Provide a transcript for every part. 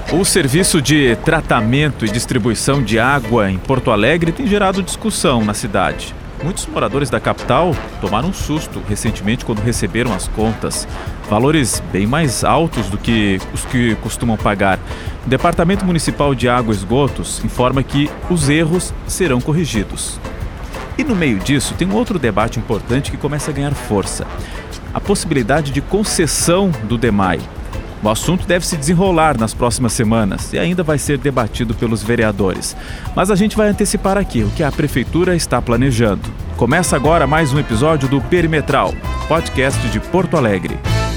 O serviço de tratamento e distribuição de água em Porto Alegre tem gerado discussão na cidade. Muitos moradores da capital tomaram um susto recentemente quando receberam as contas. Valores bem mais altos do que os que costumam pagar. O Departamento Municipal de Água e Esgotos informa que os erros serão corrigidos. E no meio disso tem um outro debate importante que começa a ganhar força. A possibilidade de concessão do DEMAI. O assunto deve se desenrolar nas próximas semanas e ainda vai ser debatido pelos vereadores. Mas a gente vai antecipar aqui o que a Prefeitura está planejando. Começa agora mais um episódio do Perimetral, podcast de Porto Alegre.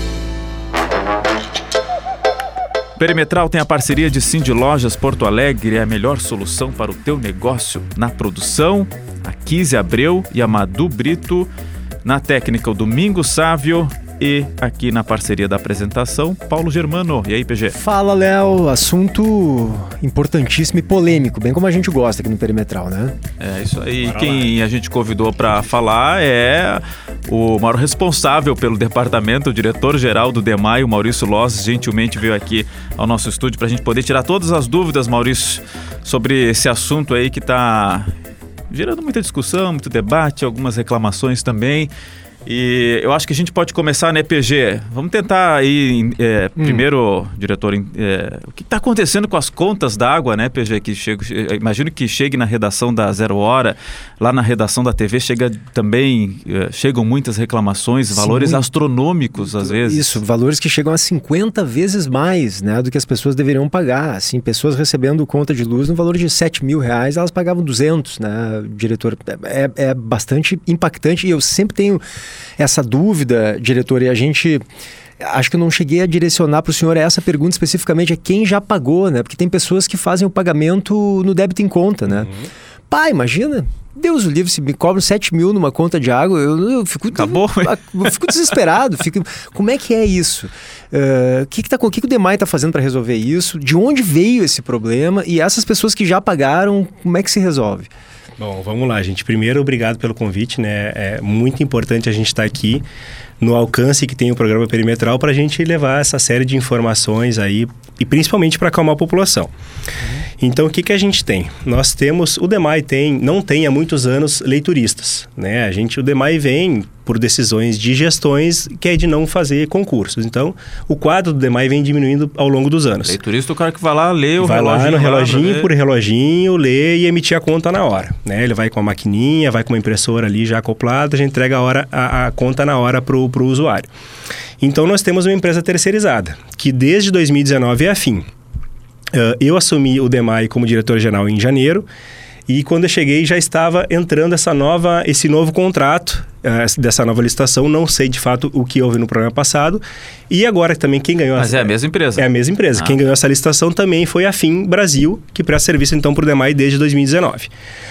Perimetral tem a parceria de Cindy Lojas Porto Alegre, é a melhor solução para o teu negócio. Na produção, a Kise Abreu e a Madu Brito. Na técnica, o Domingos Sávio. E aqui na parceria da apresentação, Paulo Germano. E aí, PG? Fala, Léo. Assunto importantíssimo e polêmico, bem como a gente gosta aqui no Perimetral, né? É isso aí. Bora quem lá. A gente convidou para falar é o maior responsável pelo departamento, o diretor-geral do DEMAI, o Maurício Loz, gentilmente veio aqui ao nosso estúdio para a gente poder tirar todas as dúvidas, Maurício, sobre esse assunto aí que está gerando muita discussão, muito debate, algumas reclamações também. E eu acho que a gente pode começar, né, PG? Vamos tentar aí, primeiro, diretor, o que está acontecendo com as contas da água, né, PG? Imagino que chegue na redação da Zero Hora, lá na redação da TV chegam muitas reclamações, valores astronômicos às vezes. Isso, valores que chegam a 50 vezes mais, né, do que as pessoas deveriam pagar. Assim, pessoas recebendo conta de luz no valor de R$7.000, elas pagavam 200, né, diretor? É bastante impactante e eu sempre tenho essa dúvida, diretor, e a gente... Acho que eu não cheguei a direcionar para o senhor essa pergunta especificamente, é quem já pagou, né? Porque tem pessoas que fazem o pagamento no débito em conta, né? Pá, imagina, Deus o livre, se me cobram 7.000 numa conta de água, eu fico... Acabou? Eu fico desesperado. Como é que é isso? O que o DEMAI está fazendo para resolver isso? De onde veio esse problema? E essas pessoas que já pagaram, como é que se resolve? Bom, vamos lá, gente. Primeiro, obrigado pelo convite, né? É muito importante a gente estar aqui no alcance que tem o programa Perimetral para a gente levar essa série de informações aí e principalmente para acalmar a população. Então, o que a gente tem? Nós temos, o DEMAI não tem há muitos anos leituristas, né? O DEMAI vem por decisões de gestões que é de não fazer concursos. Então, o quadro do DEMAI vem diminuindo ao longo dos anos. Leiturista, o cara que vai lá, lê o reloginho. Vai lá no reloginho por reloginho, lê e emitir a conta na hora, né? Ele vai com a maquininha, vai com uma impressora ali já acoplada, a gente entrega a conta na hora para o usuário. Então, nós temos uma empresa terceirizada, que desde 2019 é a FIM. Eu assumi o DEMAI como diretor-geral em janeiro e quando eu cheguei já estava entrando esse novo contrato, dessa nova licitação. Não sei de fato o que houve no programa passado e agora também quem ganhou... Mas é a mesma empresa? É a mesma empresa. Quem ganhou essa licitação também foi a FIM Brasil, que presta serviço então para o DEMAI desde 2019.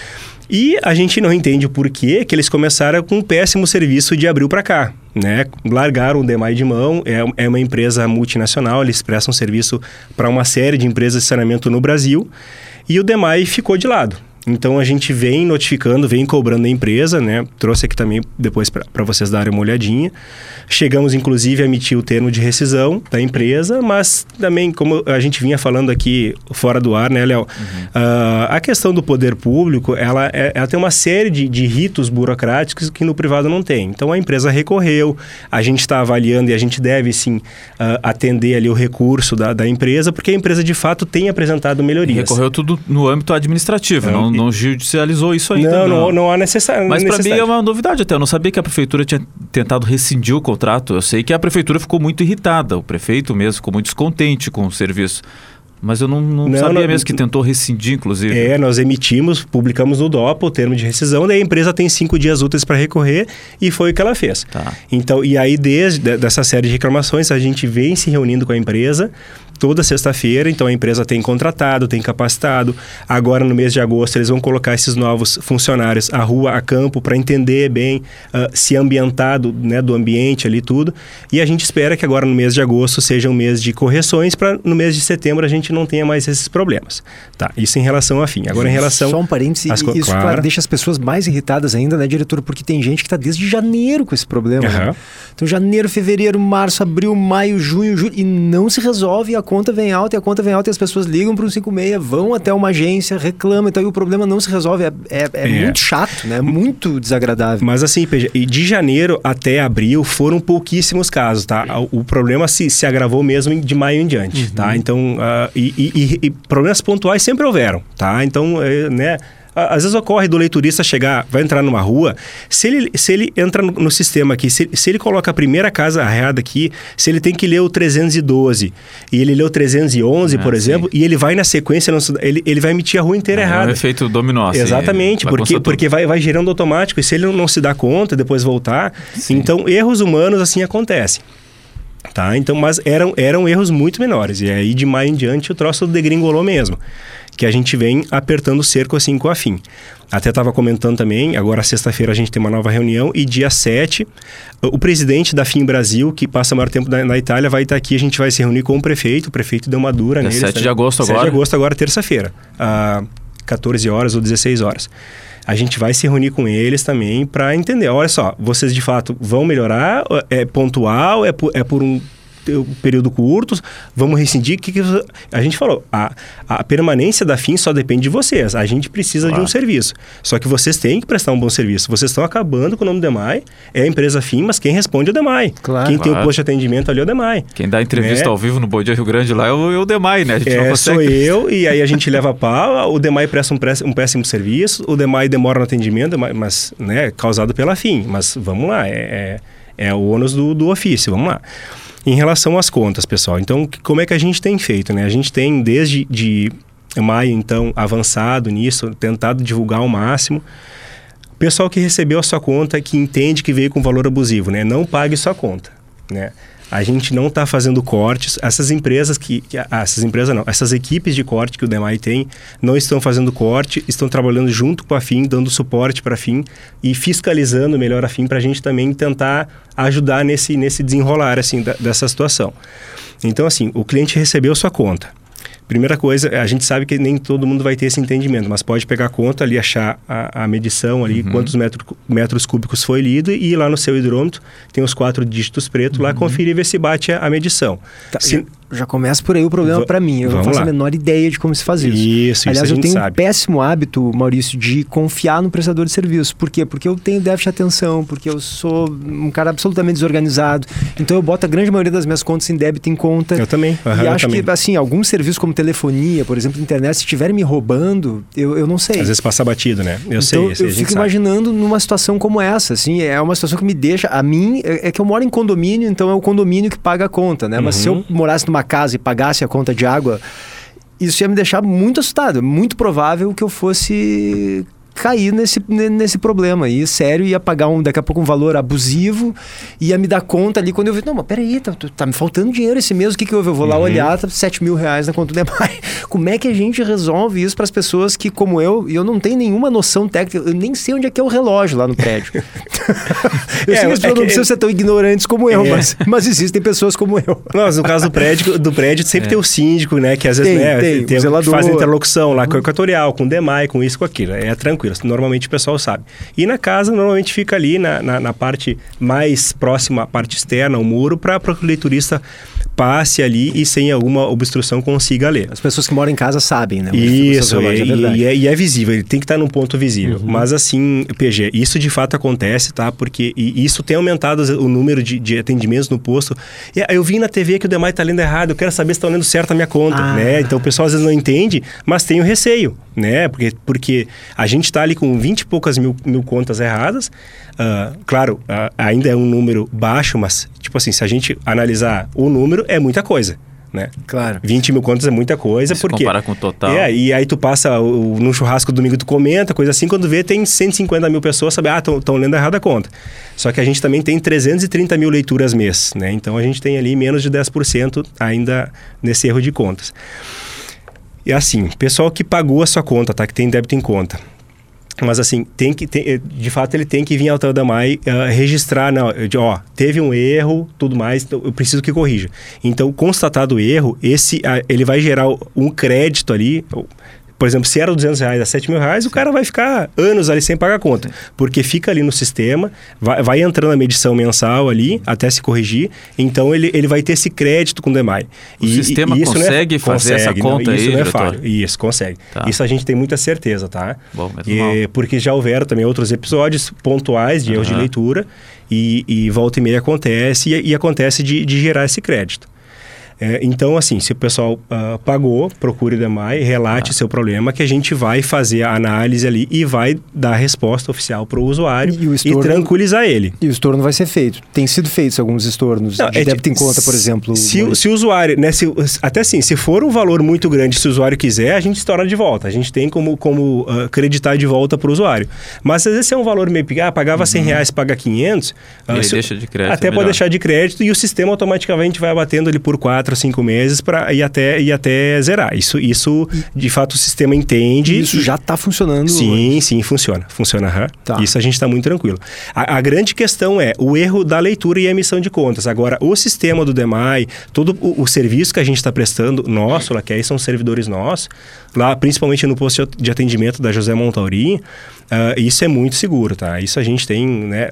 E a gente não entende o porquê que eles começaram com um péssimo serviço de abril para cá, né? Largaram o DEMAI de mão, é uma empresa multinacional, eles prestam serviço para uma série de empresas de saneamento no Brasil e o DEMAI ficou de lado. Então, a gente vem notificando, vem cobrando a empresa, né? Trouxe aqui também depois para vocês darem uma olhadinha. Chegamos, inclusive, a emitir o termo de rescisão da empresa, mas também, como a gente vinha falando aqui fora do ar, né, Léo? A questão do poder público, ela tem uma série de ritos burocráticos que no privado não tem. Então, a empresa recorreu, a gente está avaliando e a gente deve, sim, atender ali o recurso da empresa, porque a empresa, de fato, tem apresentado melhorias. Recorreu tudo no âmbito administrativo, não judicializou isso ainda. Não há necessidade. Mas para mim é uma novidade até. Eu não sabia que a prefeitura tinha tentado rescindir o contrato. Eu sei que a prefeitura ficou muito irritada. O prefeito mesmo ficou muito descontente com o serviço. Mas eu não sabia mesmo que tentou rescindir, inclusive. Nós publicamos no DOPA o termo de rescisão, daí a empresa tem 5 dias úteis para recorrer e foi o que ela fez. Tá. Então, e aí, desde dessa série de reclamações, a gente vem se reunindo com a empresa toda sexta-feira, então a empresa tem contratado, tem capacitado. Agora, no mês de agosto, eles vão colocar esses novos funcionários a rua, a campo, para entender bem, se ambientar do ambiente ali tudo. E a gente espera que agora, no mês de agosto, seja um mês de correções, para no mês de setembro a gente gente não tenha mais esses problemas. Tá, isso em relação à FIM. Agora, em relação... Só um parêntese, isso claro, deixa as pessoas mais irritadas ainda, né, diretor? Porque tem gente que está desde janeiro com esse problema. Né? Então, janeiro, fevereiro, março, abril, maio, junho, julho, e não se resolve, e a conta vem alta, e as pessoas ligam para um 56, vão até uma agência, reclamam, então, e o problema não se resolve. É muito chato, né? Muito desagradável. Mas assim, PG, de janeiro até abril foram pouquíssimos casos, tá? O problema se agravou mesmo de maio em diante, tá? Então, problemas pontuais sempre houveram, tá? Então, né... Às vezes ocorre do leiturista vai entrar numa rua, se ele entra no sistema aqui, se ele coloca a primeira casa arreada aqui, se ele tem que ler o 312 e ele lê o 311, por exemplo, e ele vai na sequência, ele vai emitir a rua inteira errada. É um efeito dominó. Assim, exatamente, porque vai gerando automático, e se ele não se dá conta, depois voltar, então erros humanos assim acontecem. Tá? Então, mas eram erros muito menores, e aí de maio em diante o troço degringolou mesmo, que a gente vem apertando o cerco assim com a FIM. Até estava comentando também, agora sexta-feira a gente tem uma nova reunião e dia 7, o presidente da FIM Brasil, que passa o maior tempo na Itália, vai estar aqui, a gente vai se reunir com o prefeito deu uma dura neles. 7 de agosto agora? 7 de agosto agora, terça-feira, às 14 horas ou 16 horas. A gente vai se reunir com eles também para entender, olha só, vocês de fato vão melhorar, é pontual, é por um período curto, vamos rescindir. A gente falou, a permanência da FIM só depende de vocês, a gente precisa de um serviço, só que vocês têm que prestar um bom serviço, vocês estão acabando com o nome do DEMAI, é a empresa FIM, mas quem responde é o DEMAI, quem tem o posto de atendimento ali é o DEMAI. Quem dá entrevista ao vivo no Bom Dia Rio Grande lá é o DEMAI, né? A gente não consegue... Sou eu, e aí a gente leva a pau, o DEMAI presta um péssimo serviço, o DEMAI demora no atendimento, mas, né, causado pela FIM, mas vamos lá, é o ônus do ofício, vamos lá. Em relação às contas, pessoal, então como é que a gente tem feito, né? A gente tem desde maio, então, avançado nisso, tentado divulgar ao máximo. O pessoal que recebeu a sua conta, que entende que veio com valor abusivo, né? Não pague sua conta, né? A gente não está fazendo cortes. Essas equipes de corte que o DEMAI tem não estão fazendo corte, estão trabalhando junto com a FIM, dando suporte para a FIM e fiscalizando melhor a FIM para a gente também tentar ajudar nesse desenrolar assim, dessa situação. Então, assim, o cliente recebeu sua conta. Primeira coisa, a gente sabe que nem todo mundo vai ter esse entendimento, mas pode pegar a conta ali, achar a medição ali, quantos metros cúbicos foi lido e ir lá no seu hidrômetro, tem os 4 dígitos pretos lá, conferir e ver se bate a medição. Tá, já começa por aí o problema para mim, eu não faço a menor ideia de como se faz isso. Isso, aliás, isso eu tenho sabe. Um péssimo hábito, Maurício, de confiar no prestador de serviço. Por quê? Porque eu tenho déficit de atenção, porque eu sou um cara absolutamente desorganizado, então eu boto a grande maioria das minhas contas em débito em conta. Eu também. E acho que, assim, alguns serviços como telefonia, por exemplo, internet, se estiverem me roubando, eu não sei. Às vezes passa batido, né? Eu fico imaginando numa situação como essa, assim, é uma situação que me deixa, a mim, é que eu moro em condomínio, então é o condomínio que paga a conta, né? Mas se eu morasse numa casa e pagasse a conta de água, isso ia me deixar muito assustado. É muito provável que eu fosse cair nesse problema aí, sério, ia pagar daqui a pouco um valor abusivo, ia me dar conta ali quando eu vi, não, mas peraí, tá me faltando dinheiro esse mês, o que houve? Eu vou lá olhar, tá 7 mil reais na conta do DEMAI. Como é que a gente resolve isso para as pessoas que, como eu não tenho nenhuma noção técnica, eu nem sei onde é que é o relógio lá no prédio. Eu sei que as pessoas não precisam ser tão ignorantes como eu, mas existem pessoas como eu. Mas no caso do prédio sempre tem o síndico, né, que às vezes tem o zelador, faz interlocução lá com o equatorial, com o DEMAI, com isso, com aquilo, é tranquilo. Normalmente o pessoal sabe. E na casa, normalmente fica ali na parte mais próxima, a parte externa, o muro, para que o leiturista passe ali e sem alguma obstrução consiga ler. As pessoas que moram em casa sabem, né? Isso, e é visível, ele tem que estar num ponto visível. Mas assim, PG, isso de fato acontece, tá? Porque isso tem aumentado o número de atendimentos no posto. Eu vi na TV que o DEMAI está lendo errado, eu quero saber se está lendo certo a minha conta, né? Então o pessoal às vezes não entende, mas tem o receio, né? Porque a gente está ali com 20 e poucas mil contas erradas. Claro, ainda é um número baixo, mas tipo assim, se a gente analisar o número, é muita coisa, né? Claro. 20 mil contas é muita coisa, porque... Se compara com o total. E aí tu passa no churrasco domingo, tu comenta, coisa assim, quando vê tem 150 mil pessoas, sabe? Estão lendo errado a conta. Só que a gente também tem 330 mil leituras mês, né? Então a gente tem ali menos de 10% ainda nesse erro de contas. E assim, pessoal que pagou a sua conta, tá? Que tem débito em conta. Mas assim, de fato ele tem que vir ao DEMAI registrar, teve um erro, tudo mais, então eu preciso que corrija. Então, constatado o erro, ele vai gerar um crédito ali. Por exemplo, se era R$200 a R$7.000, o cara vai ficar anos ali sem pagar a conta. Porque fica ali no sistema, vai entrando a medição mensal ali, até se corrigir. Então, ele vai ter esse crédito com o DEMAI. O sistema consegue fazer essa conta aí, isso não é diretor? falho. Isso, consegue. Tá. Isso a gente tem muita certeza, tá? Bom, porque já houveram também outros episódios pontuais de erros de leitura e volta e meia acontece e acontece de gerar esse crédito. Então, assim, se o pessoal pagou, procure o DEMAI, relate seu problema, que a gente vai fazer a análise ali e vai dar a resposta oficial para o usuário e tranquilizar ele. E o estorno vai ser feito. Tem sido feitos alguns estornos de débito em conta, por exemplo. Se o usuário, né, até assim, se for um valor muito grande, se o usuário quiser, a gente estorna de volta. A gente tem como creditar de volta para o usuário. Mas às vezes se é um valor meio pequeno, pagava R$100, paga 500... Ele deixa de crédito. Até pode deixar de crédito e o sistema automaticamente vai abatendo ali por 4 a 5 meses e até zerar. Isso, de fato, o sistema entende. Isso já está funcionando? Sim, funciona. Tá. Isso a gente está muito tranquilo. A grande questão é o erro da leitura e emissão de contas. Agora, o sistema do DEMAI, todo o serviço que a gente está prestando, nosso, que aí são servidores nossos, lá principalmente no posto de atendimento da José Montauri, isso é muito seguro, tá? Isso a gente tem, né,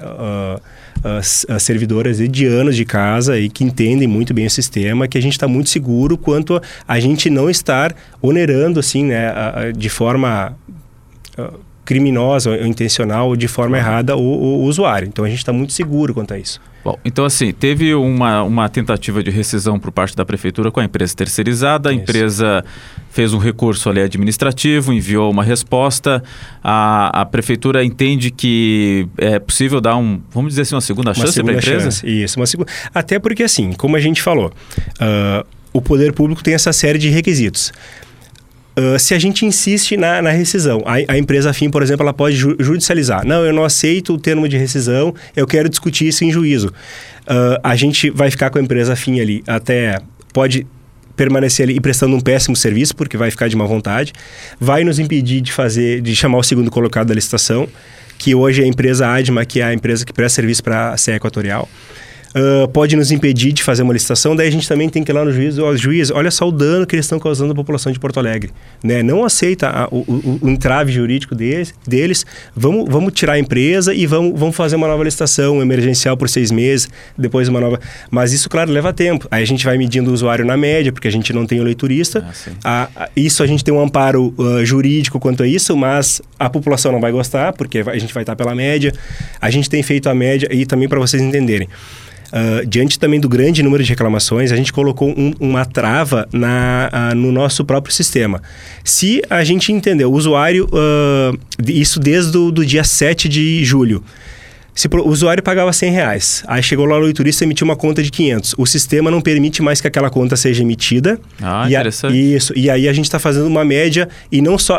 servidoras de anos de casa e que entendem muito bem o sistema, que a gente está muito seguro quanto a gente não estar onerando, assim, né, de forma criminosa ou intencional ou de forma errada o usuário. Então, a gente está muito seguro quanto a isso. Bom, então assim, teve uma tentativa de rescisão por parte da prefeitura com a empresa terceirizada, a empresa fez um recurso ali administrativo, enviou uma resposta, a prefeitura entende que é possível dar vamos dizer assim, uma segunda chance para a empresa? Isso, uma segunda. Até porque assim, como a gente falou, o poder público tem essa série de requisitos. Se a gente insiste na rescisão, a empresa afim, por exemplo, ela pode judicializar. Não, eu não aceito o termo de rescisão, eu quero discutir isso em juízo. A gente vai ficar com a empresa afim ali, pode permanecer ali e prestando um péssimo serviço, porque vai ficar de má vontade. Vai nos impedir de chamar o segundo colocado da licitação, que hoje é a empresa ADMA, que é a empresa que presta serviço para a Serra Equatorial. Pode nos impedir de fazer uma licitação, daí a gente também tem que ir lá no juiz, olha só o dano que eles estão causando à população de Porto Alegre, né? Não aceita o entrave jurídico deles, vamos tirar a empresa e vamos fazer uma nova licitação emergencial por 6 meses, depois uma nova... Mas isso, claro, leva tempo. Aí a gente vai medindo o usuário na média, porque a gente não tem o leiturista. Isso a gente tem um amparo jurídico quanto a isso, mas a população não vai gostar, porque a gente vai estar pela média. A gente tem feito a média, e também para vocês entenderem, diante também do grande número de reclamações, a gente colocou uma trava no nosso próprio sistema. Se a gente entender, o usuário, isso desde o dia 7 de julho, se o usuário pagava R$100, aí chegou lá o leiturista e emitiu uma conta de 500. O sistema não permite mais que aquela conta seja emitida. Interessante. Isso, e aí a gente está fazendo uma média, e não só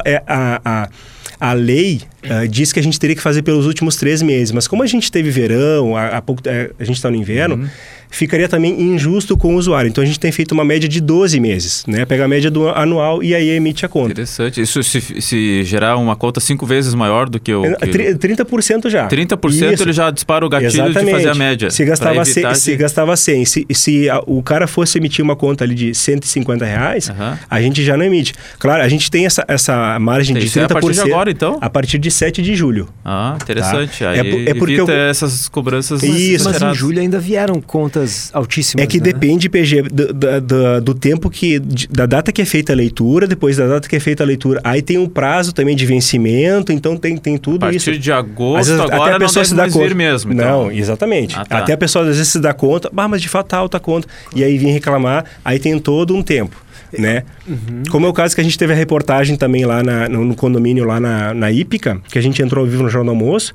a lei diz que a gente teria que fazer pelos últimos 3 meses, mas como a gente teve verão, a gente está no inverno, ficaria também injusto com o usuário. Então, a gente tem feito uma média de 12 meses, né? Pega a média do anual e aí emite a conta. Interessante. Isso se gerar uma conta 5 vezes maior do que o... 30% já. 30% ele já dispara o gatilho. Exatamente. De fazer a média. Se gastava 100, se o cara fosse emitir uma conta ali de R$150, a gente já não emite. Claro, a gente tem essa margem de 30%. A partir de agora, então? A partir de 7 de julho. Interessante. Tá? Aí é porque evita essas cobranças. Isso. Mas em julho ainda vieram contas altíssimas. É que depende, PG, do tempo da data que é feita a leitura, depois da data que é feita a leitura. Aí tem um prazo também de vencimento, então tem tudo isso. A partir de agosto, vezes, agora até a pessoa não deve mais vir mesmo. Então. Não, exatamente. Tá. Até a pessoa às vezes se dá conta, mas de fato tá alta a conta. E aí vem reclamar, aí tem todo um tempo. Né? Como é o caso que a gente teve a reportagem também lá no condomínio, lá na Ípica, que a gente entrou ao vivo no Jornal do Almoço.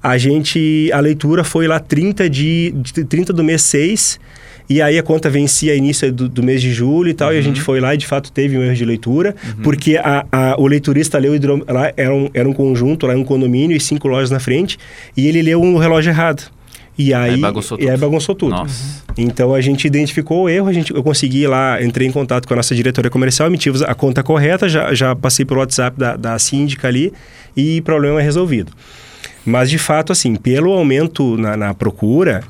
A leitura foi lá 30 do mês 6, e aí a conta vencia início do mês de julho e tal, e a gente foi lá e de fato teve um erro de leitura, porque o leiturista leu lá, era um conjunto, lá um condomínio e 5 lojas na frente, e ele leu um relógio errado. E aí bagunçou tudo. Nossa. Então a gente identificou o erro, eu consegui lá, entrei em contato com a nossa diretoria comercial, emitimos a conta correta, já passei pelo WhatsApp da síndica ali e problema resolvido. Mas, de fato, assim, pelo aumento na procura,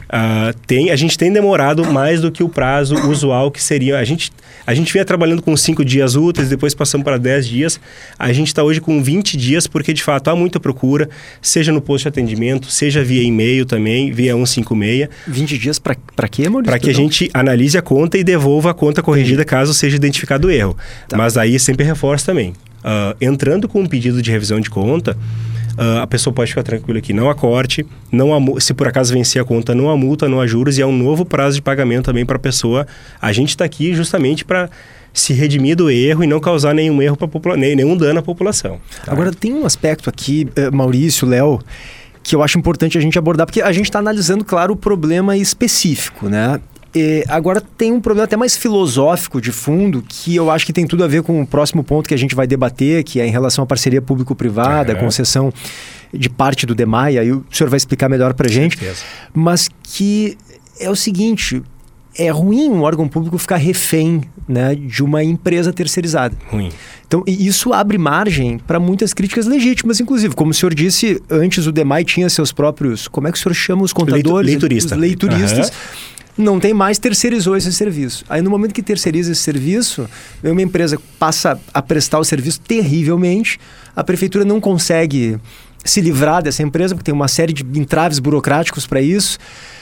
a gente tem demorado mais do que o prazo usual que seria... A gente vinha trabalhando com 5 dias úteis, depois passamos para 10 dias. A gente está hoje com 20 dias, porque, de fato, há muita procura, seja no posto de atendimento, seja via e-mail também, via 156. 20 dias para quê, Maurício? Para que a gente analise a conta e devolva a conta corrigida caso seja identificado o erro. Tá. Mas aí sempre reforço também. Entrando com um pedido de revisão de conta... a pessoa pode ficar tranquila aqui, não há corte, se por acaso vencer a conta, não há multa, não há juros e há um novo prazo de pagamento também para a pessoa. A gente está aqui justamente para se redimir do erro e não causar nenhum erro nenhum dano à população. Tá? Agora, tem um aspecto aqui, Maurício, Léo, que eu acho importante a gente abordar, porque a gente está analisando, claro, o problema específico, né? Agora tem um problema até mais filosófico de fundo, que eu acho que tem tudo a ver com o próximo ponto que a gente vai debater, que é em relação à parceria público-privada, a concessão de parte do DEMAI, aí o senhor vai explicar melhor para a gente, mas que é o seguinte, é ruim um órgão público ficar refém, né, de uma empresa terceirizada. Ruim. Então, isso abre margem para muitas críticas legítimas, inclusive. Como o senhor disse, antes o DEMAI tinha seus próprios, como é que o senhor chama os contadores? Os leituristas. Não tem mais, terceirizou esse serviço. Aí no momento que terceiriza esse serviço, uma empresa passa a prestar o serviço terrivelmente, a prefeitura não consegue se livrar dessa empresa, porque tem uma série de entraves burocráticos para isso.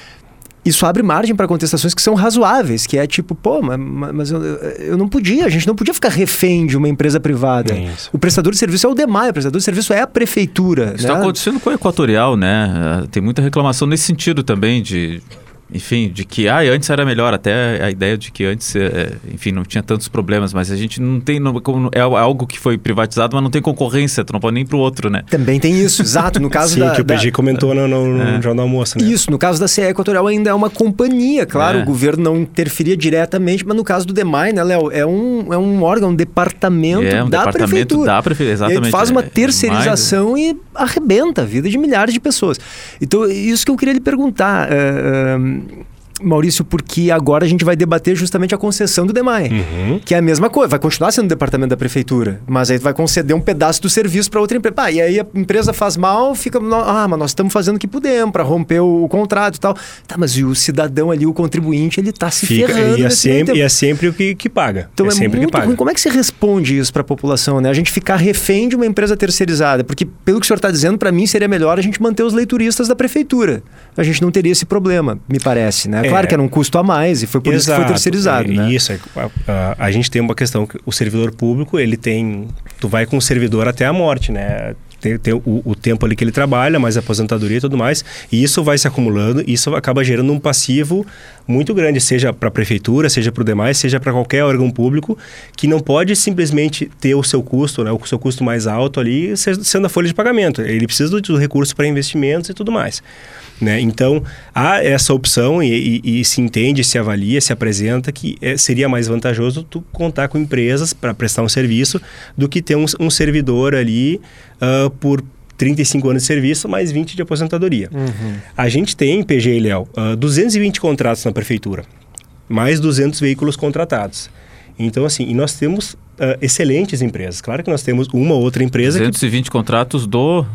Isso abre margem para contestações que são razoáveis, que é tipo, mas eu não podia, a gente não podia ficar refém de uma empresa privada. O prestador de serviço é o DEMAI, o prestador de serviço é a prefeitura. Isso está acontecendo com a Equatorial, né? Tem muita reclamação nesse sentido também de... Enfim, de que antes era melhor, até a ideia de que antes, enfim, não tinha tantos problemas, mas a gente não tem, é algo que foi privatizado, mas não tem concorrência, tu não pode nem pro outro, né? Também tem isso, exato, no caso que o PG comentou no Jornal do Almoço, né? Isso, no caso da CE Equatorial ainda é uma companhia, claro, o governo não interferia diretamente, mas no caso do DEMAI, né, Léo, é um órgão, um departamento da prefeitura. Exatamente. E aí faz uma terceirização e arrebenta a vida de milhares de pessoas. Então, isso que eu queria lhe perguntar, Maurício, porque agora a gente vai debater justamente a concessão do DEMAI, que é a mesma coisa, vai continuar sendo o departamento da prefeitura, mas aí vai conceder um pedaço do serviço para outra empresa. E aí a empresa faz mal, fica, mas nós estamos fazendo o que podemos para romper o contrato e tal. Tá, mas e o cidadão ali, o contribuinte, ele está se ferrando. E é sempre o que paga. Então é sempre muito ruim. Como é que se responde isso para a população, né? A gente ficar refém de uma empresa terceirizada, porque pelo que o senhor está dizendo, para mim seria melhor a gente manter os leituristas da prefeitura. A gente não teria esse problema, me parece, né? Claro que era um custo a mais e foi por isso que foi terceirizado, né? Isso, a gente tem uma questão que o servidor público, ele tem... Tu vai com o servidor até a morte, né? Tem o tempo ali que ele trabalha, mais a aposentadoria e tudo mais, e isso vai se acumulando, e isso acaba gerando um passivo muito grande, seja para a prefeitura, seja para o demais, seja para qualquer órgão público, que não pode simplesmente ter o seu custo, né, o seu custo mais alto ali, sendo a folha de pagamento. Ele precisa do recurso para investimentos e tudo mais. Né? Então, há essa opção e se entende, se avalia, se apresenta que seria mais vantajoso tu contar com empresas para prestar um serviço do que ter um servidor ali por 35 anos de serviço, mais 20 de aposentadoria. A gente tem, PG e Léo, 220 contratos na prefeitura, mais 200 veículos contratados. Então, assim, e nós temos excelentes empresas. Claro que nós temos uma ou outra empresa 220 contratos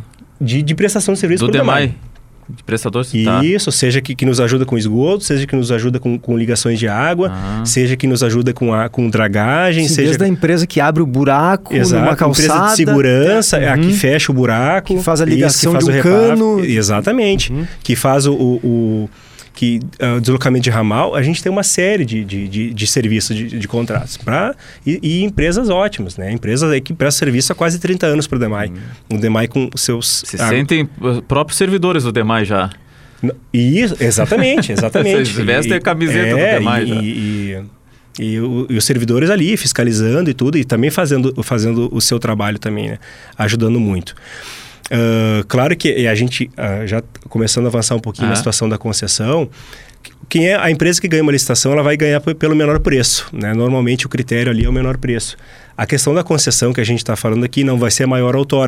de prestação de serviço do DEMAI. De prestador, Isso, seja que nos ajuda com esgoto, seja que nos ajuda com ligações de água, seja que nos ajuda com dragagem. Sim, seja desde a empresa que abre o buraco numa calçada. Empresa de segurança, a que fecha o buraco. Que faz a ligação de um cano. Exatamente. Que faz o deslocamento de ramal. A gente tem uma série de serviços, de contratos. E empresas ótimas, né? Empresas aí que prestam serviço há quase 30 anos para o DEMAI. O DEMAI com seus... Se sentem próprios servidores do DEMAI já. Isso, exatamente. Vocês vestem a camiseta do DEMAI já. E os servidores ali fiscalizando e tudo, e também fazendo o seu trabalho também, né? Ajudando muito. Claro que a gente, já começando a avançar um pouquinho na situação da concessão, quem é a empresa que ganha uma licitação, ela vai ganhar pelo menor preço, né? Normalmente o critério ali é o menor preço. A questão da concessão que a gente está falando aqui não vai ser a maior outorga,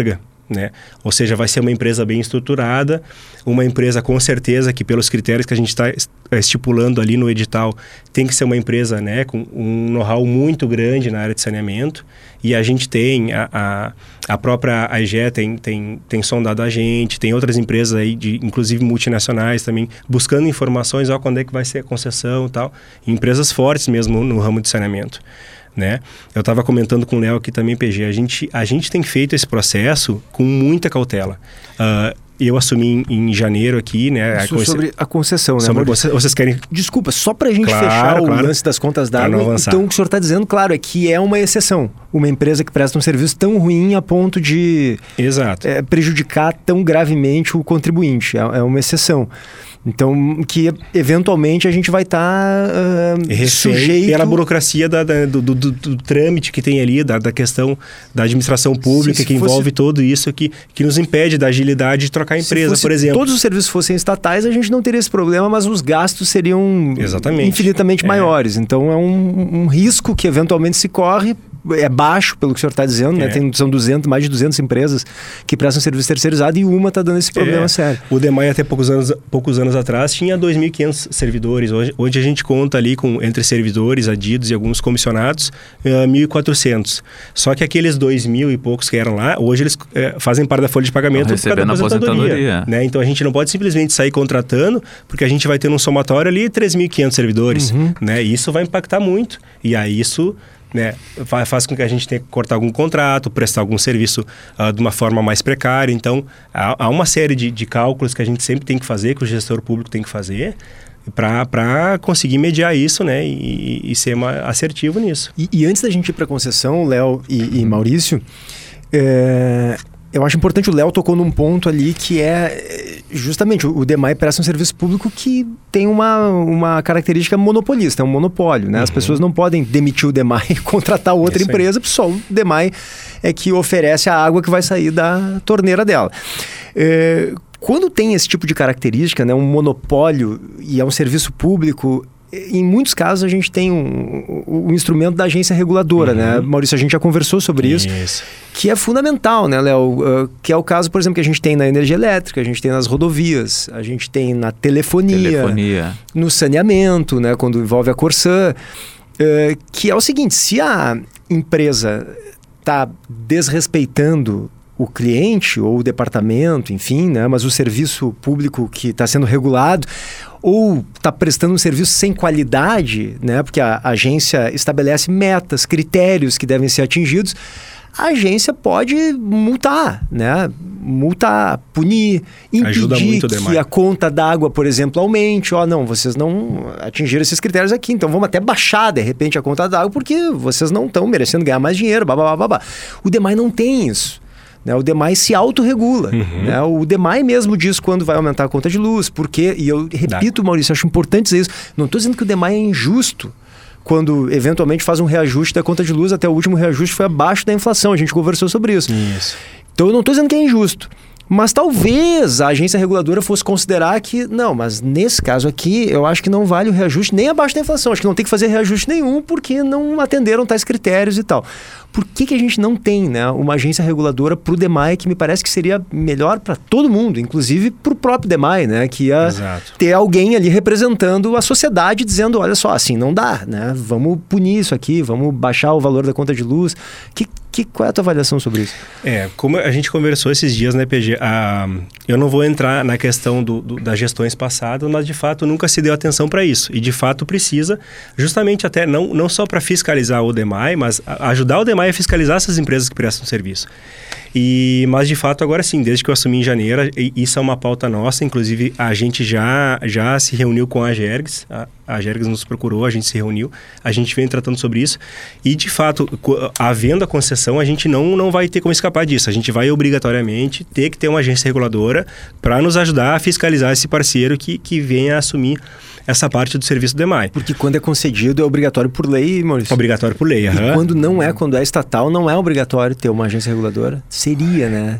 né? Ou seja, vai ser uma empresa bem estruturada, uma empresa com certeza que pelos critérios que a gente está estipulando ali no edital, tem que ser uma empresa, né, com um know-how muito grande na área de saneamento. E a gente tem, a própria AEGE tem sondado a gente, tem outras empresas aí, inclusive multinacionais também, buscando informações, quando é que vai ser a concessão e tal. E empresas fortes mesmo no ramo de saneamento, né? Eu estava comentando com o Léo aqui também, PG, a gente tem feito esse processo com muita cautela. Eu assumi em janeiro aqui, né? Sobre a concessão, né? Vocês querem... Desculpa, só para a gente fechar o lance das contas d'água, então o que o senhor está dizendo, claro, é que é uma exceção. Uma empresa que presta um serviço tão ruim a ponto de prejudicar tão gravemente o contribuinte. É uma exceção. Então, que eventualmente a gente vai estar sujeito... pela burocracia do trâmite que tem ali, da questão da administração pública, que envolve tudo isso, que nos impede da agilidade de trocar a empresa, por exemplo. Se todos os serviços fossem estatais, a gente não teria esse problema, mas os gastos seriam infinitamente maiores. Então, é um risco que eventualmente se corre. É baixo, pelo que o senhor está dizendo, né? São mais de 200 empresas que prestam serviço terceirizado e uma está dando esse problema sério. O DEMAI, até poucos anos atrás, tinha 2.500 servidores. Hoje a gente conta ali, entre servidores, adidos e alguns comissionados, 1.400. Só que aqueles 2.000 e poucos que eram lá, hoje eles fazem parte da folha de pagamento recebendo a aposentadoria. Né? Então a gente não pode simplesmente sair contratando, porque a gente vai ter num somatório ali 3.500 servidores. Né? E isso vai impactar muito. E aí isso... né, faz com que a gente tenha que cortar algum contrato, prestar algum serviço de uma forma mais precária. Então, há uma série de cálculos que a gente sempre tem que fazer, que o gestor público tem que fazer, para conseguir mediar isso, né, e ser assertivo nisso. E antes da gente ir para a concessão, Léo e Maurício, eu acho importante, o Léo tocou num ponto ali que é justamente o DEMAI presta um serviço público que tem uma característica monopolista, é um monopólio, né? As pessoas não podem demitir o DEMAI e contratar outra empresa, porque só o DEMAI é que oferece a água que vai sair da torneira dela. Quando tem esse tipo de característica, né, um monopólio e é um serviço público, em muitos casos a gente tem um instrumento da agência reguladora, né? Maurício, a gente já conversou sobre isso, que é fundamental, né, Léo? Que é o caso, por exemplo, que a gente tem na energia elétrica, a gente tem nas rodovias, a gente tem na telefonia. No saneamento, né, quando envolve a Corsan, que é o seguinte: se a empresa está desrespeitando o cliente ou o departamento, enfim, né, mas o serviço público que está sendo regulado, ou está prestando um serviço sem qualidade, né, porque a agência estabelece metas, critérios que devem ser atingidos, a agência pode multar, né? Multar, punir, impedir que a conta d'água, por exemplo, aumente. Não, vocês não atingiram esses critérios aqui, então vamos até baixar, de repente, a conta d'água, porque vocês não estão merecendo ganhar mais dinheiro, babá. O DEMAI não tem isso. Né? O DEMAI se autorregula. Né? O DEMAI mesmo diz quando vai aumentar a conta de luz, porque, e eu repito, Maurício, acho importante dizer isso, não estou dizendo que o DEMAI é injusto quando eventualmente faz um reajuste da conta de luz, até o último reajuste foi abaixo da inflação, a gente conversou sobre isso. Então eu não estou dizendo que é injusto, mas talvez a agência reguladora fosse considerar que, não, mas nesse caso aqui, eu acho que não vale o reajuste nem abaixo da inflação, acho que não tem que fazer reajuste nenhum porque não atenderam tais critérios e tal. Por que a gente não tem, né, uma agência reguladora para o DEMAI, que me parece que seria melhor para todo mundo, inclusive para o próprio DEMAI, né, que ia ter alguém ali representando a sociedade, dizendo, olha só, assim não dá, né, vamos punir isso aqui, vamos baixar o valor da conta de luz. Qual é a tua avaliação sobre isso? Como a gente conversou esses dias, né, PG, eu não vou entrar na questão das gestões passadas, mas de fato nunca se deu atenção para isso. E de fato precisa, justamente até não só para fiscalizar o DEMAI, mas ajudar o DEMAI a fiscalizar essas empresas que prestam serviço. Mas de fato agora sim, desde que eu assumi em janeiro, isso é uma pauta nossa, inclusive a gente já se reuniu com a Agergs, a Agergs nos procurou, a gente se reuniu, a gente vem tratando sobre isso e de fato, havendo a concessão, a gente não vai ter como escapar disso, a gente vai obrigatoriamente ter que ter uma agência reguladora para nos ajudar a fiscalizar esse parceiro que venha a assumir essa parte do serviço do DEMAI. Porque quando é concedido é obrigatório por lei, Maurício? Obrigatório por lei, E quando é estatal, não é obrigatório ter uma agência reguladora? Seria, né?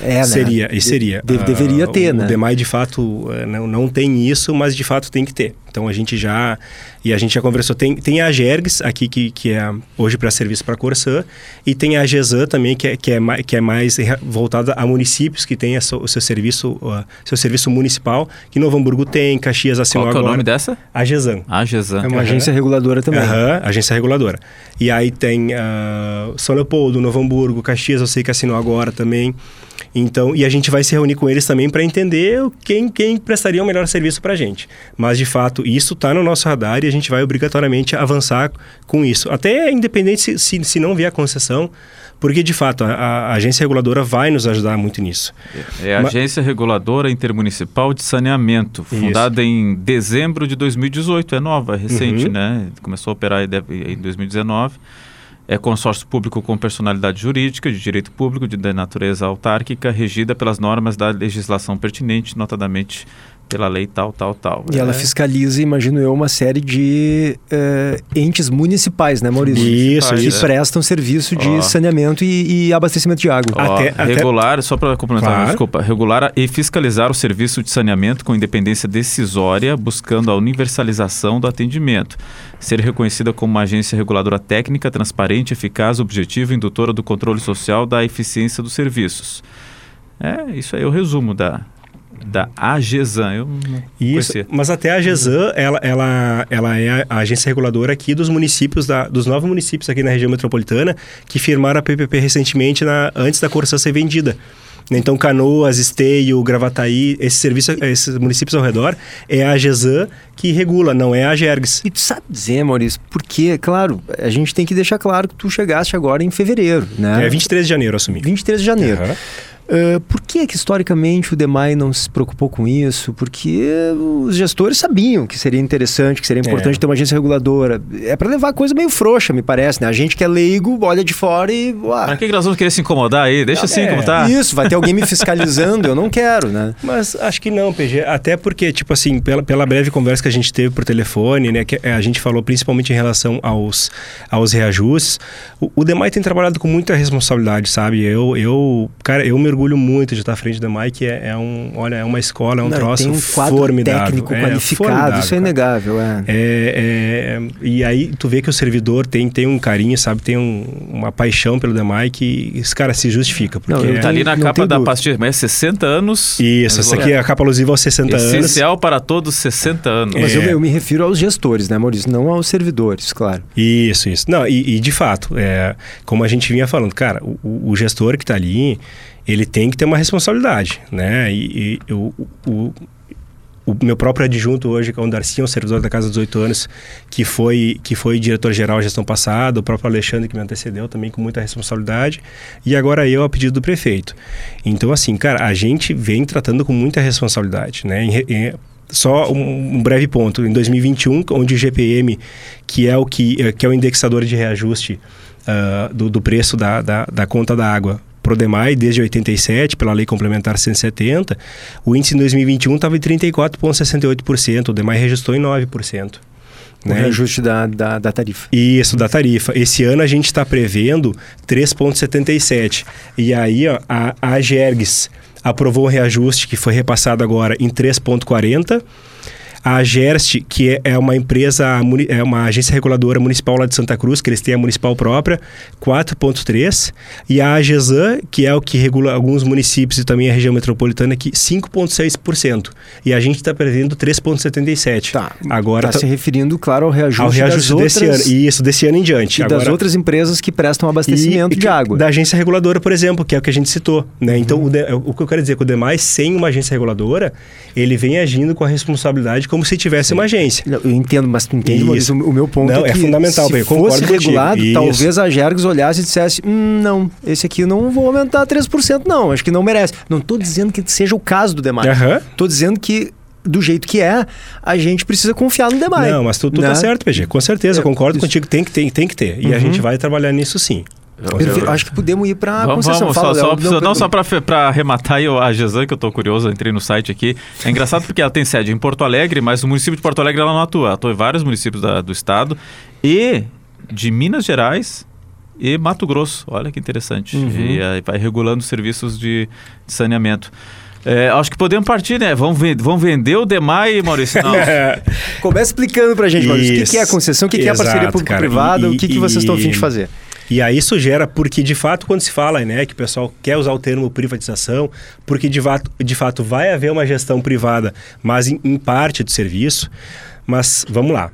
Seria. Deveria ter, né? O DEMAI, de fato, não tem isso, mas de fato tem que ter. Então a gente já conversou. Tem a Agergs aqui, que é hoje para serviço para a Corsã, e tem a Agesan também, que é mais voltada a municípios que tem o seu serviço municipal, que Novo Hamburgo tem, Caxias assinou agora. Qual é o nome dessa? Agesan. Agesan. É uma agência reguladora também. Agência reguladora. E aí tem São Leopoldo, Novo Hamburgo, Caxias, eu sei que assinou agora também. Então, e a gente vai se reunir com eles também para entender quem prestaria o melhor serviço para a gente. Mas, de fato, isso está no nosso radar e a gente vai obrigatoriamente avançar com isso. Até independente se não vier a concessão, porque, de fato, a agência reguladora vai nos ajudar muito nisso. É a Agência Reguladora Intermunicipal de Saneamento, fundada em dezembro de 2018. É nova, é recente, né? Começou a operar em 2019. É consórcio público com personalidade jurídica, de direito público, de natureza autárquica, regida pelas normas da legislação pertinente, notadamente pela lei tal. E ela fiscaliza, imagino eu, uma série de entes municipais, né, Maurício? Isso. Que prestam serviço de saneamento e abastecimento de água. Regular, só para complementar, claro. Desculpa, regular e fiscalizar o serviço de saneamento com independência decisória, buscando a universalização do atendimento. Ser reconhecida como uma agência reguladora técnica, transparente, eficaz, objetiva e indutora do controle social da eficiência dos serviços. Isso aí é o resumo da Agesan. Eu não conhecia. Mas até a Agesan, ela é a agência reguladora aqui dos municípios, dos 9 municípios aqui na região metropolitana, que firmaram a PPP recentemente, antes da Corsã ser vendida. Então, Canoas, Esteio, Gravataí, esses municípios ao redor, é a Agesan que regula, não é a Agergs. E tu sabe dizer, Maurício, porque, claro, a gente tem que deixar claro que tu chegaste agora em fevereiro, né? 23 de janeiro eu assumi. 23 de janeiro. Por que historicamente o DEMAI não se preocupou com isso? Porque os gestores sabiam que seria interessante, que seria importante ter uma agência reguladora. É para levar a coisa meio frouxa, me parece, né? A gente que é leigo, olha de fora e... Para que nós vamos querer se incomodar aí? Deixa assim como tá. Isso, vai ter alguém me fiscalizando, eu não quero, né? Mas acho que não, PG. Até porque, tipo assim, pela breve conversa que a gente teve por telefone, né? Que a gente falou principalmente em relação aos reajustes. O DEMAI tem trabalhado com muita responsabilidade, sabe? Eu mergulho muito de estar à frente do DEMAI, que é uma escola, é um troço tem um quadro formidável. Técnico qualificado, isso é inegável. E aí tu vê que o servidor tem um carinho, sabe? Tem uma paixão pelo DEMAI que esse cara se justifica. Porque tá ali na capa da pastilha, mas é 60 anos... Isso, essa aqui é a capa alusiva aos 60 anos. Essencial para todos 60 anos. Mas eu me refiro aos gestores, né, Maurício? Não aos servidores, claro. Isso. Não, e de fato, como a gente vinha falando, cara, o gestor que está ali, ele tem que ter uma responsabilidade, né? O meu próprio adjunto hoje, que é o Darcy, um servidor da casa dos 18 anos, que foi diretor-geral gestão passada, o próprio Alexandre que me antecedeu também com muita responsabilidade, e agora eu a pedido do prefeito. Então, assim, cara, a gente vem tratando com muita responsabilidade, né? Só um breve ponto, em 2021, onde o GPM, que é o indexador de reajuste do preço da conta da água, pro DEMAI desde 87, pela Lei Complementar 170, o índice em 2021 estava em 34,68%, o DEMAI reajustou em 9%. O reajuste da tarifa. Isso, da tarifa. Esse ano a gente está prevendo 3,77%. E aí a Agergs aprovou o reajuste que foi repassado agora em 3,40%. A Gerst, que é uma empresa, é uma agência reguladora municipal lá de Santa Cruz, que eles têm a municipal própria, 4,3%. E a Agesan, que é o que regula alguns municípios e também a região metropolitana, aqui 5,6%. E a gente está prevendo 3,77%. Tá. Agora está se referindo, claro, ao reajuste das outras, desse ano. Isso, desse ano em diante. E agora, das outras empresas que prestam abastecimento de água. Da agência reguladora, por exemplo, que é o que a gente citou, né? Então, o que eu quero dizer é que o DEMAI, sem uma agência reguladora, ele vem agindo com a responsabilidade como se tivesse uma agência. Eu entendo, mas tu entende, Maurício, o meu ponto é que fundamental, se fosse regulado, talvez a Agergs olhasse e dissesse, não, esse aqui não vou aumentar 3%, não, acho que não merece. Não estou dizendo que seja o caso do DEMAI. Estou dizendo que do jeito que a gente precisa confiar no DEMAI. Não, mas tu tá certo, PG, com certeza, concordo contigo, tem que ter. E a gente vai trabalhar nisso sim. Acho que podemos ir para a concessão. Só para arrematar a Agesan, que eu estou curioso, entrei no site aqui. É engraçado porque ela tem sede em Porto Alegre, mas no município de Porto Alegre ela não atua. Atua em vários municípios do estado e de Minas Gerais e Mato Grosso. Olha que interessante. E aí vai regulando os serviços de saneamento. Acho que podemos partir, né? Vamos vender o DEMAI, Maurício? Não. Começa explicando pra gente, Maurício, o que é a concessão, o que é a parceria público-privada, o que vocês estão a fim de fazer? E aí isso gera, porque de fato quando se fala, né, que o pessoal quer usar o termo privatização, porque de fato vai haver uma gestão privada, mas em parte do serviço. Mas vamos lá,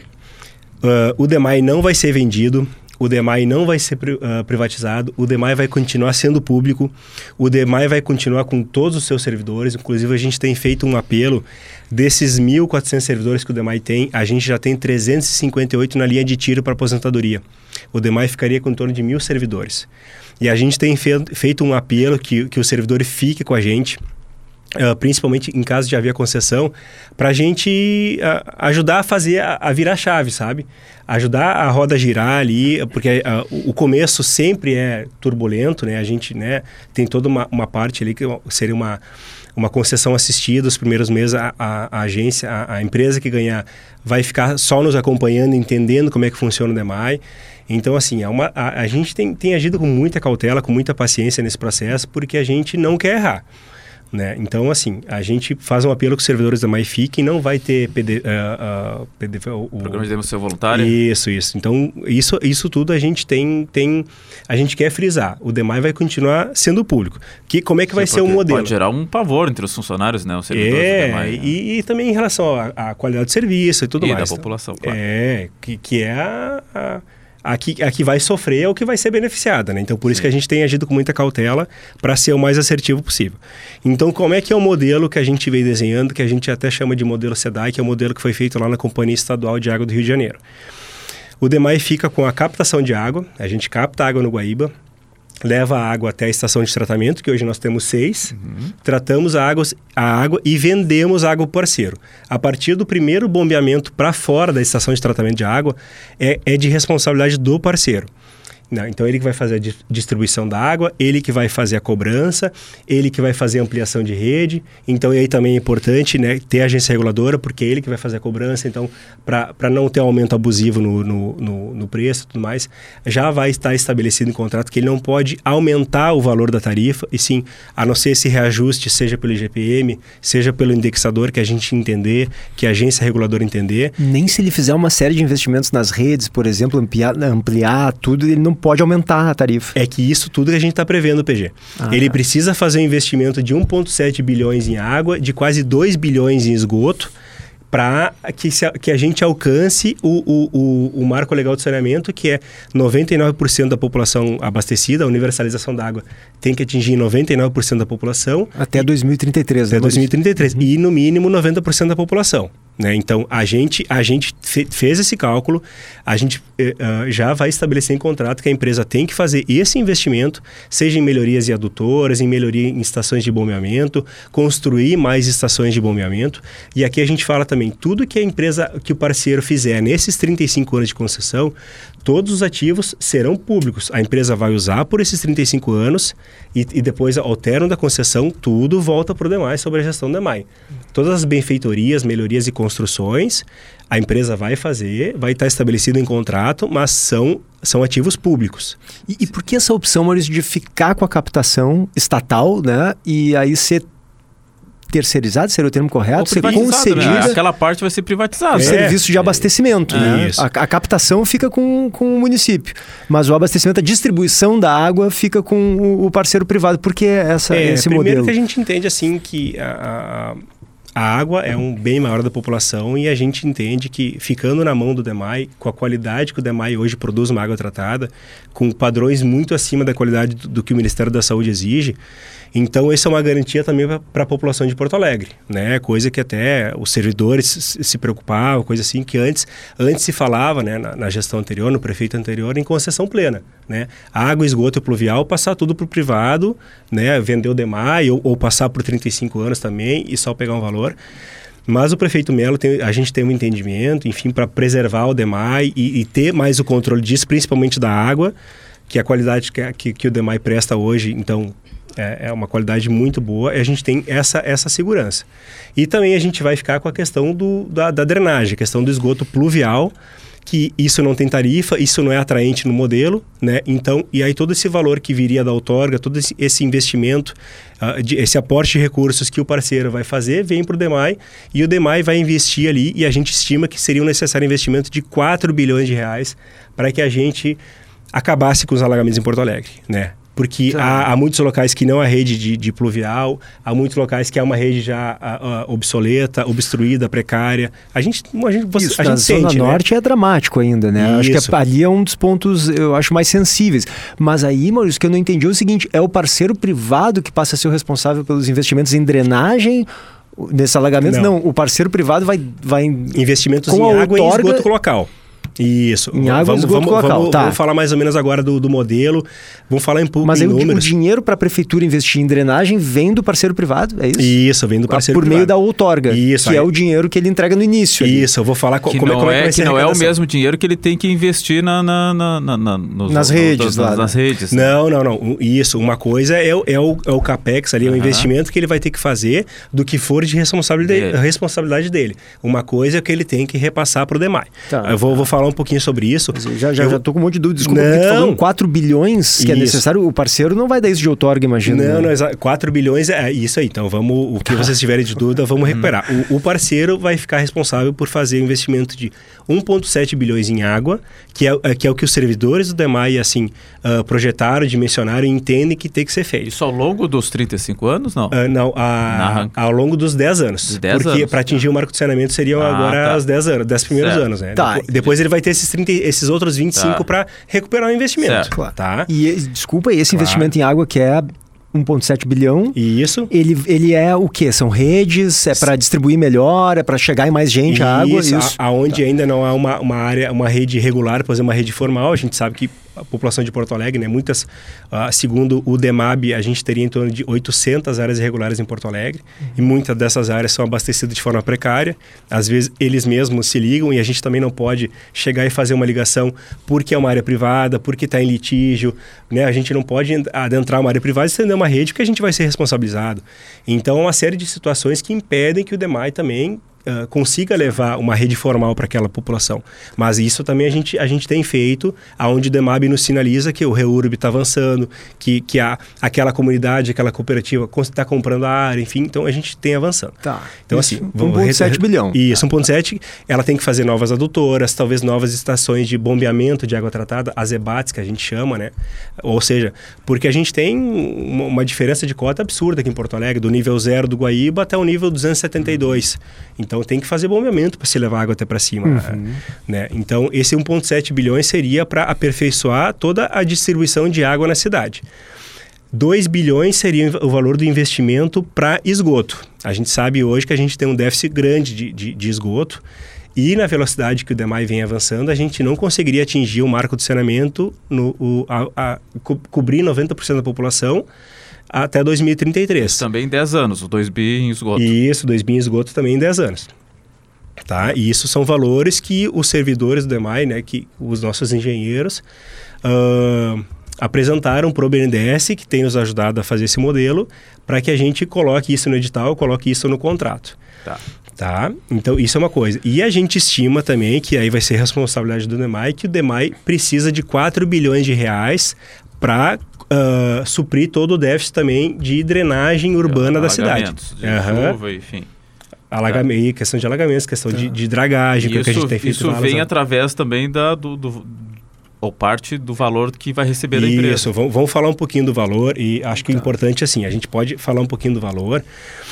o DEMAI não vai ser vendido, o DEMAI não vai ser privatizado, o DEMAI vai continuar sendo público, o DEMAI vai continuar com todos os seus servidores. Inclusive a gente tem feito um apelo, desses 1.400 servidores que o DEMAI tem, a gente já tem 358 na linha de tiro para aposentadoria. O DEMAI ficaria com em torno de 1.000 servidores. E a gente tem feito um apelo que o servidor fique com a gente, principalmente em caso de haver concessão, para a gente ajudar a fazer, a virar chave, sabe? Ajudar a roda a girar ali, porque o começo sempre é turbulento, né? A gente, né, tem toda uma parte ali que seria uma concessão assistida. Os primeiros meses a agência, a empresa que ganhar vai ficar só nos acompanhando, entendendo como é que funciona o DEMAI. Então, assim, a gente tem agido com muita cautela, com muita paciência nesse processo, porque a gente não quer errar. Né? Então, assim, a gente faz um apelo que os servidores da DEMAI fiquem, não vai ter Programa de demissão voluntária? Isso. Então, isso tudo a gente a gente quer frisar. O DEMAI vai continuar sendo público. Como é que vai ser o modelo? Pode gerar um pavor entre os funcionários, né? Os servidores do DEMAI. Né? E também em relação à qualidade do serviço e tudo mais. E da população, claro. Que é a que vai sofrer é o que vai ser beneficiada, né? Então, por isso que a gente tem agido com muita cautela para ser o mais assertivo possível. Então, como é que é o modelo que a gente vem desenhando, que a gente até chama de modelo SEDAI, que é o modelo que foi feito lá na Companhia Estadual de Água do Rio de Janeiro. O DEMAI fica com a captação de água, a gente capta água no Guaíba, leva a água até a estação de tratamento, que hoje nós temos 6, tratamos a água e vendemos água para o parceiro. A partir do primeiro bombeamento para fora da estação de tratamento de água, é de responsabilidade do parceiro. Não, então, ele que vai fazer a distribuição da água, ele que vai fazer a cobrança, ele que vai fazer a ampliação de rede. Então, aí também é importante, né, ter a agência reguladora, porque é ele que vai fazer a cobrança. Então, para não ter um aumento abusivo no preço e tudo mais, já vai estar estabelecido em contrato que ele não pode aumentar o valor da tarifa, e sim, a não ser esse reajuste, seja pelo IGPM, seja pelo indexador, que a gente entender, que a agência reguladora entender. Nem se ele fizer uma série de investimentos nas redes, por exemplo, ampliar tudo, ele não pode aumentar a tarifa. É que isso tudo que a gente está prevendo, PG. Ele precisa fazer um investimento de 1,7 bilhões em água, de quase 2 bilhões em esgoto, para que a gente alcance o marco legal de saneamento, que é 99% da população abastecida. A universalização da água tem que atingir 99% da população. Até 2033. Até 2033. E, no mínimo, 90% da população. Né? Então, a gente fez esse cálculo, a gente já vai estabelecer em contrato que a empresa tem que fazer esse investimento, seja em melhorias em adutoras, em melhoria em estações de bombeamento, construir mais estações de bombeamento. E aqui a gente fala também, tudo que a empresa, que o parceiro fizer nesses 35 anos de concessão, todos os ativos serão públicos. A empresa vai usar por esses 35 anos e depois, ao término da concessão, tudo volta para o DEMAI, sobre a gestão do DEMAI. Todas as benfeitorias, melhorias e construções, a empresa vai fazer, vai estar estabelecido em contrato, mas são ativos públicos. E por que essa opção, Maurício, de ficar com a captação estatal, né, e aí ser terceirizado, seria o termo correto, ser concedida... Né? Aquela parte vai ser privatizada. Serviço de abastecimento. Né? A captação fica com o município, mas o abastecimento, a distribuição da água fica com o parceiro privado. Por que esse modelo? Primeiro que a gente entende assim que a água é um bem maior da população, e a gente entende que, ficando na mão do DEMAI, com a qualidade que o DEMAI hoje produz uma água tratada, com padrões muito acima da qualidade do que o Ministério da Saúde exige, então essa é uma garantia também para a população de Porto Alegre, né? Coisa que até os servidores se preocupavam, coisa assim que antes se falava, né, na gestão anterior, no prefeito anterior, em concessão plena, né? Água, esgoto e pluvial, passar tudo para o privado, né? Vender o DEMAI ou passar por 35 anos também e só pegar um valor. Mas o prefeito Melo, a gente tem um entendimento, enfim, para preservar o DEMAI e ter mais o controle disso, principalmente da água, que a qualidade que o DEMAI presta hoje, então, é uma qualidade muito boa, e a gente tem essa segurança. E também a gente vai ficar com a questão da drenagem, a questão do esgoto pluvial, que isso não tem tarifa, isso não é atraente no modelo, né? Então, e aí todo esse valor que viria da outorga, todo esse investimento, esse aporte de recursos que o parceiro vai fazer, vem para o DEMAI, e o DEMAI vai investir ali, e a gente estima que seria um necessário investimento de 4 bilhões de reais para que a gente acabasse com os alagamentos em Porto Alegre, né? Porque há muitos locais que não há rede de pluvial, há muitos locais que há uma rede já obsoleta, obstruída, precária. A gente na sente, Zona Norte é dramático ainda, né? Acho que ali é um dos pontos, eu acho, mais sensíveis. Mas aí, Maurício, o que eu não entendi é o seguinte, é o parceiro privado que passa a ser o responsável pelos investimentos em drenagem nesses alagamentos? Não, o parceiro privado vai investimentos em água e esgoto local. Isso. Em água, esgoto local. Vamos falar mais ou menos agora do modelo. Vamos falar em números. Mas aí o dinheiro para a prefeitura investir em drenagem vem do parceiro privado, é isso? Isso, vem do parceiro privado. Por meio da outorga, que é o dinheiro que ele entrega no início. Isso, eu vou falar como é que vai ser a não é o mesmo dinheiro que ele tem que investir nas redes. Nas redes. Não. Isso, uma coisa é o CAPEX ali, é o investimento que ele vai ter que fazer do que for de responsabilidade dele. Uma coisa é que ele tem que repassar para o DEMAI. Eu vou falar um pouquinho sobre isso. Já tô com um monte de dúvida. Desculpa, porque tu falou 4 bilhões que é necessário, o parceiro não vai dar isso de outorga, imagina. Não, 4 bilhões é isso aí. Então, o que vocês tiverem de dúvida, vamos recuperar. O parceiro vai ficar responsável por fazer o investimento de 1,7 bilhões em água, que é o que os servidores do DEMAI, assim, projetaram, dimensionaram e entendem que tem que ser feito. Isso ao longo dos 35 anos, não? Não, ao longo dos 10 anos. Porque para atingir o marco de saneamento seriam agora os 10 primeiros anos, né? Depois ele vai ter esses outros 25 para recuperar o investimento. Claro. Tá? E desculpa, esse investimento em água que é 1,7 bilhão. Isso. Ele é o quê? São redes? É para distribuir melhor? É para chegar em mais gente a água? Isso. Aonde ainda não há uma rede regular, por exemplo, uma rede formal. A gente sabe que a população de Porto Alegre, né, muitas, segundo o DEMAB, a gente teria em torno de 800 áreas irregulares em Porto Alegre, e muitas dessas áreas são abastecidas de forma precária. Às vezes eles mesmos se ligam e a gente também não pode chegar e fazer uma ligação porque é uma área privada, porque está em litígio, né? A gente não pode adentrar uma área privada e estender uma rede porque a gente vai ser responsabilizado. Então, uma série de situações que impedem que o DEMAI também consiga levar uma rede formal para aquela população. Mas isso também a gente tem feito, aonde o DEMAB nos sinaliza que o REURB está avançando, que aquela comunidade, aquela cooperativa está comprando a área, enfim, então a gente tem avançando. Então, isso, assim... 1,7 bilhão. Isso, 1,7. Ela tem que fazer novas adutoras, talvez novas estações de bombeamento de água tratada, as EBATs, que a gente chama, né? Ou seja, porque a gente tem uma diferença de cota absurda aqui em Porto Alegre, do nível 0 do Guaíba até o nível 272. Então, tem que fazer bombeamento para se levar água até para cima. Né? Então, esse 1,7 bilhões seria para aperfeiçoar toda a distribuição de água na cidade. 2 bilhões seria o valor do investimento para esgoto. A gente sabe hoje que a gente tem um déficit grande de esgoto e na velocidade que o DEMAI vem avançando, a gente não conseguiria atingir o marco de saneamento, cobrir 90% da população até 2033. Também em 10 anos, o 2 bi em esgoto. Isso, 2 bi em esgoto também em 10 anos. Tá? E isso são valores que os servidores do DEMAI, né, que os nossos engenheiros, apresentaram para o BNDES, que tem nos ajudado a fazer esse modelo, para que a gente coloque isso no edital, coloque isso no contrato. Tá? Então, isso é uma coisa. E a gente estima também, que aí vai ser responsabilidade do DEMAI, que o DEMAI precisa de 4 bilhões de reais para suprir todo o déficit também de drenagem urbana da cidade. De chuva, enfim. Questão de alagamentos, questão de dragagem, que a gente tem feito. Isso vem através também ou parte do valor que vai receber da empresa. Isso, vamos falar um pouquinho do valor, e acho que o importante é assim, a gente pode falar um pouquinho do valor.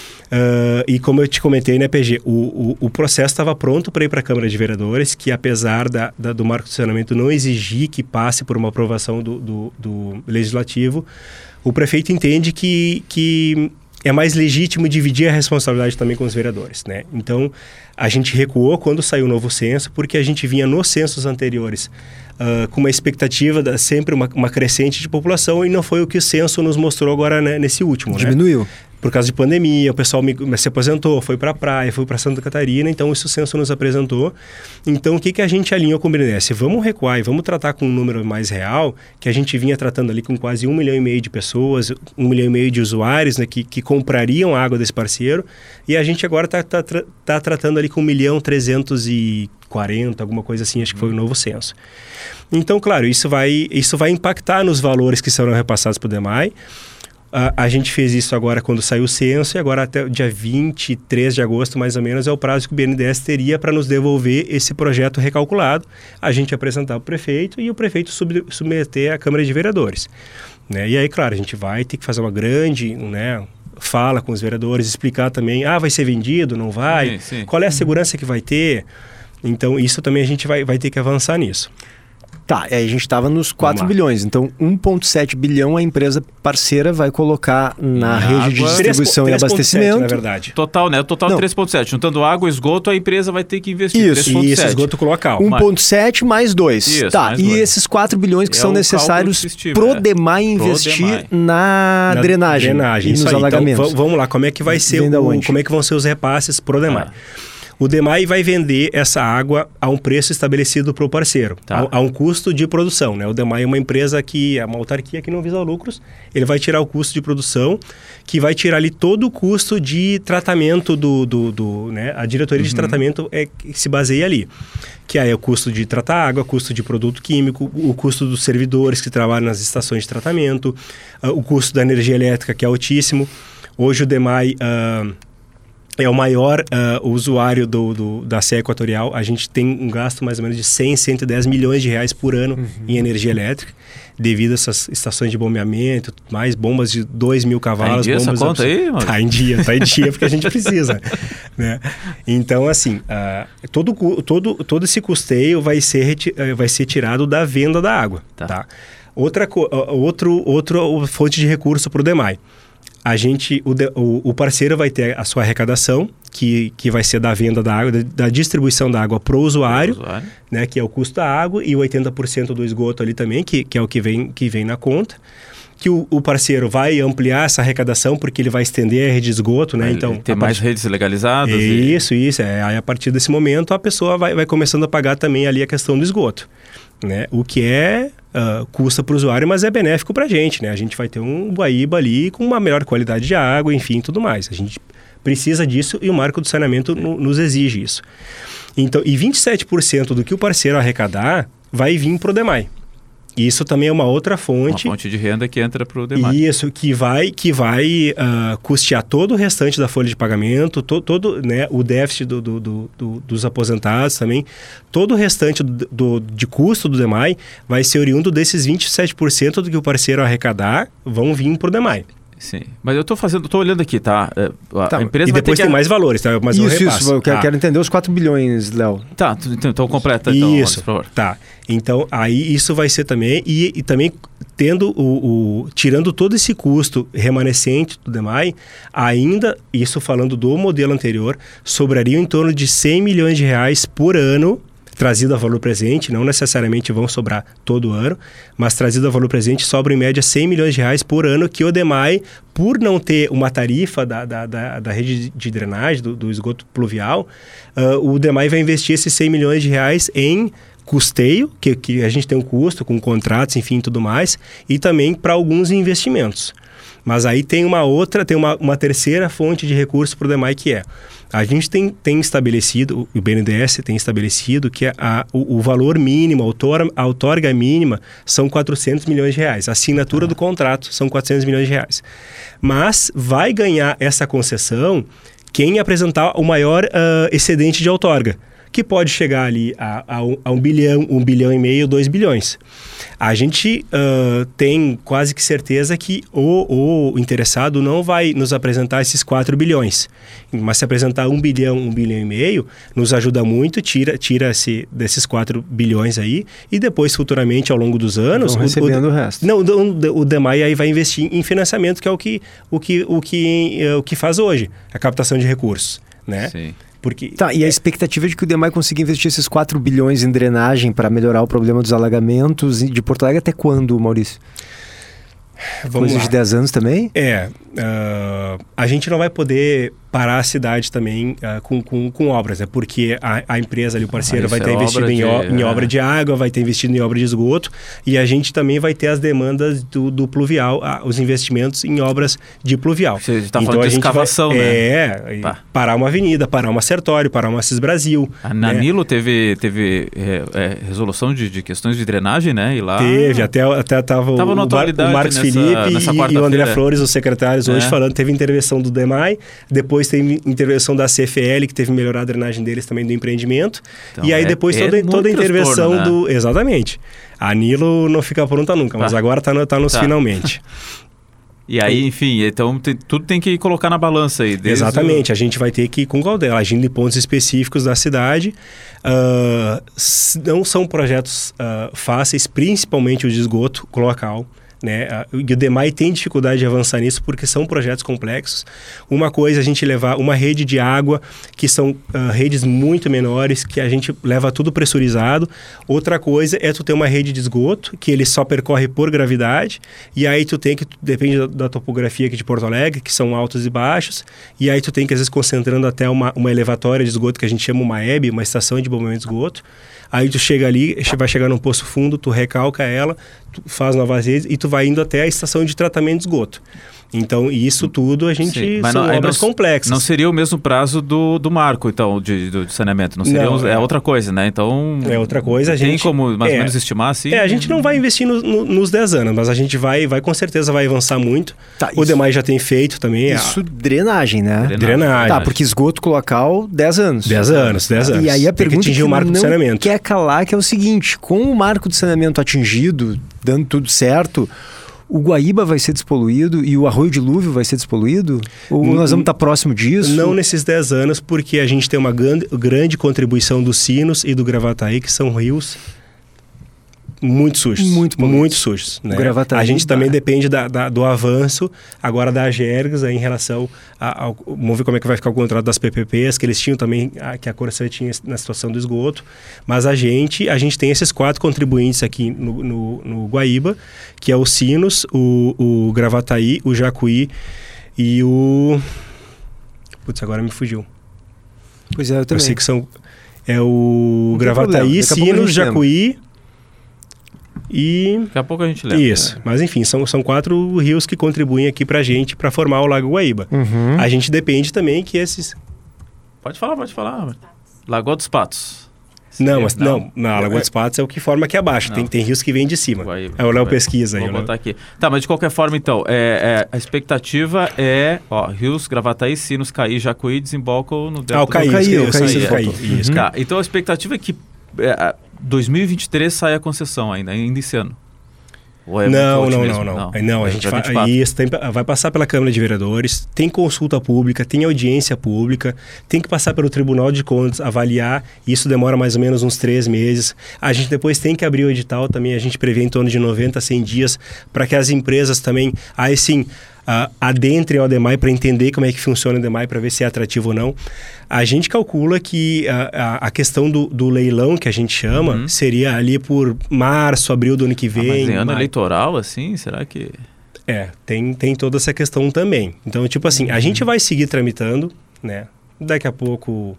E como eu te comentei, né, PG, o processo estava pronto para ir para a Câmara de Vereadores, que apesar do marco de saneamento não exigir que passe por uma aprovação do Legislativo, o prefeito entende que é mais legítimo dividir a responsabilidade também com os vereadores, né? Então, a gente recuou quando saiu o novo censo, porque a gente vinha nos censos anteriores com uma expectativa sempre uma crescente de população, e não foi o que o censo nos mostrou agora, né, nesse último. Diminuiu. Né? por causa de pandemia, o pessoal se aposentou, foi para a praia, foi para Santa Catarina, então isso o censo nos apresentou. Então, o que a gente alinhou com o BNDES? Vamos recuar e vamos tratar com um número mais real, que a gente vinha tratando ali com quase 1,5 milhão de pessoas, 1,5 milhão de usuários, né, que comprariam a água desse parceiro, e a gente agora está tratando ali com 1.340.000, alguma coisa assim, acho que foi o novo censo. Então, claro, isso vai impactar nos valores que serão repassados para o DEMAI. A gente fez isso agora quando saiu o censo, e agora até o dia 23 de agosto, mais ou menos, é o prazo que o BNDES teria para nos devolver esse projeto recalculado, a gente apresentar ao prefeito e o prefeito submeter à Câmara de Vereadores. Né? E aí, claro, a gente vai ter que fazer uma grande, né, fala com os vereadores, explicar também, vai ser vendido, não vai? Sim. Qual é a segurança que vai ter? Então, isso também a gente vai ter que avançar nisso. Tá, aí a gente estava nos 4 bilhões, então 1,7 bilhão a empresa parceira vai colocar na rede de distribuição e abastecimento. 3,7, na verdade. Total, né? O total é 3,7. Juntando água e esgoto, a empresa vai ter que investir. Isso, 3,7. Esgoto com local. 1,7 mais 2. Isso, tá, mais e 2. Esses 4 bilhões que são necessários pro DEMAI investir na drenagem e nos alagamentos. Então, vamos lá, como é que vai ser como é que vão ser os repasses pro DEMAI? O DEMAI vai vender essa água a um preço estabelecido para o parceiro, a um custo de produção. Né? O DEMAI é uma empresa é uma autarquia que não visa lucros, ele vai tirar o custo de produção, que vai tirar ali todo o custo de tratamento né? A diretoria de tratamento que se baseia ali. Que aí é o custo de tratar água, custo de produto químico, o custo dos servidores que trabalham nas estações de tratamento, o custo da energia elétrica, que é altíssimo. Hoje o DEMAI... é o maior usuário da CE Equatorial. A gente tem um gasto mais ou menos de 110 milhões de reais por ano em energia elétrica, devido a essas estações de bombeamento, mais bombas de 2.000 cavalos. Tá em dia essa conta aí, mano? Tá em dia porque a gente precisa. Né? Então, assim, todo esse custeio vai ser tirado da venda da água. Tá? Outra fonte de recurso para o DEMAI. O parceiro vai ter a sua arrecadação, que vai ser da venda da água, da distribuição da água para o usuário, né, que é o custo da água, e 80% do esgoto ali também, que é o que vem na conta. Que o parceiro vai ampliar essa arrecadação, porque ele vai estender a rede de esgoto, né? Então, ter mais redes legalizadas. Isso. Aí a partir desse momento a pessoa vai começando a pagar também ali a questão do esgoto. Né? O que custa para o usuário, mas é benéfico para a gente, né? A gente vai ter um Guaíba ali com uma melhor qualidade de água, enfim, tudo mais. A gente precisa disso e o marco do saneamento nos exige isso. Então, e 27% do que o parceiro arrecadar vai vir para o DEMAI. Isso também é uma outra fonte. Uma fonte de renda que entra para o DEMAI. Isso, que vai custear todo o restante da folha de pagamento, todo né, o déficit dos aposentados também. Todo o restante de custo do DEMAI vai ser oriundo desses 27% do que o parceiro arrecadar vão vir para o DEMAI. Sim, mas eu tô olhando aqui, tá? A empresa e depois tem mais valores, tá? Mas isso, eu quero entender os 4 bilhões, Léo. Tá, então completa, então, isso, por favor. Tá. Então, aí isso vai ser também, e também tendo tirando todo esse custo remanescente do DEMAI, ainda, isso falando do modelo anterior, sobraria em torno de 100 milhões de reais por ano, trazido a valor presente, não necessariamente vão sobrar todo ano, mas trazido a valor presente sobra em média 100 milhões de reais por ano, que o DEMAI, por não ter uma tarifa da rede de drenagem, do esgoto pluvial, o DEMAI vai investir esses 100 milhões de reais em custeio, que a gente tem um custo com contratos, enfim, tudo mais, e também para alguns investimentos. Mas aí tem uma terceira fonte de recurso para o DEMAI, que a gente tem estabelecido, o BNDES tem estabelecido que o valor mínimo, a outorga mínima são 400 milhões de reais. A assinatura do contrato são 400 milhões de reais. Mas vai ganhar essa concessão quem apresentar o maior excedente de outorga, que pode chegar ali a 1 bilhão, 1,5 bilhão, 2 bilhões. A gente tem quase que certeza que o interessado não vai nos apresentar esses 4 bilhões. Mas se apresentar 1 bilhão, 1,5 bilhão, nos ajuda muito, tira desses 4 bilhões aí, e depois, futuramente, ao longo dos anos... Vão recebendo o resto. Não, o DEMAI aí vai investir em financiamento, que é o que faz hoje, a captação de recursos, né? Sim. E a expectativa de que o DEMAI consiga investir esses 4 bilhões em drenagem para melhorar o problema dos alagamentos de Porto Alegre até quando, Maurício? Coisa de 10 anos também? A gente não vai poder parar a cidade também com obras, né? Porque a empresa ali, o parceiro, vai ter investido em obra de água, vai ter investido em obra de esgoto, e a gente também vai ter as demandas do pluvial, os investimentos em obras de pluvial. Você está falando de escavação, né? Parar uma avenida, parar uma Sertório, parar uma Cis Brasil. Na Nilo teve resolução de questões de drenagem, né? E lá... Teve, até estava o Marcos Felipe e o André Flores, os secretários, hoje falando, teve intervenção do DEMAI, depois teve intervenção da CFL, que teve melhorar a drenagem deles também do empreendimento, então, e aí depois toda a intervenção, né? Exatamente. A Nilo não fica pronta nunca, mas agora está nos finalmente. E aí, enfim, então tudo tem que colocar na balança aí. Exatamente, a gente vai ter que ir com cautela, agindo em pontos específicos da cidade. Não são projetos fáceis, principalmente o de esgoto local, né? O DEMAI tem dificuldade de avançar nisso porque são projetos complexos. Uma coisa é a gente levar uma rede de água, que são redes muito menores, que a gente leva tudo pressurizado. Outra coisa é tu ter uma rede de esgoto, que ele só percorre por gravidade, e aí depende da topografia aqui de Porto Alegre, que são altos e baixos, e aí tu tem que, às vezes, concentrando até uma elevatória de esgoto, que a gente chama uma EB, uma estação de bombeamento de esgoto. Aí tu chega ali, vai chegar num poço fundo, tu recalca ela, tu faz novas redes e tu vai indo até a estação de tratamento de esgoto. Então, isso tudo a gente... são obras complexas. Não seria o mesmo prazo do marco, então, de saneamento? Não seria é outra coisa, né? Então... É outra coisa. Tem como mais ou menos estimar assim? A gente não vai investir nos 10 anos, mas a gente vai com certeza vai avançar muito. O DEMAI já tem feito também. Isso, drenagem, né? Drenagem. Tá, porque esgoto local, 10 anos. 10 anos. E aí a pergunta que o marco não de saneamento. Quer calar, que é o seguinte: com o marco de saneamento atingido, dando tudo certo, o Guaíba vai ser despoluído e o Arroio Dilúvio vai ser despoluído? Ou nós vamos estar próximo disso? Não nesses 10 anos, porque a gente tem uma grande contribuição dos Sinos e do Gravataí, que são rios muito sujos. Muito sujos. Né? A gente também depende do avanço agora da Agergs em relação vamos ver como é que vai ficar o contrato das PPPs, que eles tinham também, que a Corsã tinha na situação do esgoto. Mas a gente tem esses 4 contribuintes aqui no Guaíba, que é o Sinos, o Gravataí, o Jacuí e o... Putz, agora me fugiu. Pois é, eu também. Eu sei que são... É o Gravataí, Sinos, Jacuí... E... Daqui a pouco a gente lembra. Isso, mas enfim, são 4 rios que contribuem aqui pra gente para formar o Lago Guaíba. A gente depende também que esses... Pode falar. Lagoa dos Patos. Não, a Lagoa dos Patos é o que forma aqui abaixo. Tem rios que vêm de cima. Guaíba, o Léo pesquisa aí. Vou botar aqui. Tá, mas de qualquer forma, então, a expectativa rios, Gravataí, Sinos, Caí, Jacuí desembocam no delta. O Caí. Isso. Tá, então a expectativa é que 2023 sai a concessão ainda esse ano. Não, a gente vai passar pela Câmara de Vereadores, tem consulta pública, tem audiência pública, tem que passar pelo Tribunal de Contas, avaliar, isso demora mais ou menos uns 3 meses. A gente depois tem que abrir o edital também, a gente prevê em torno de 90 a 100 dias, para que as empresas também, aí sim, adentrem ao DEMAI para entender como é que funciona o DEMAI, para ver se é atrativo ou não. A gente calcula que a questão do leilão, que a gente chama, seria ali por março, abril do ano que vem. Mas em ano eleitoral, assim, será que... Tem toda essa questão também. Então, tipo assim, a gente vai seguir tramitando, né? Daqui a pouco,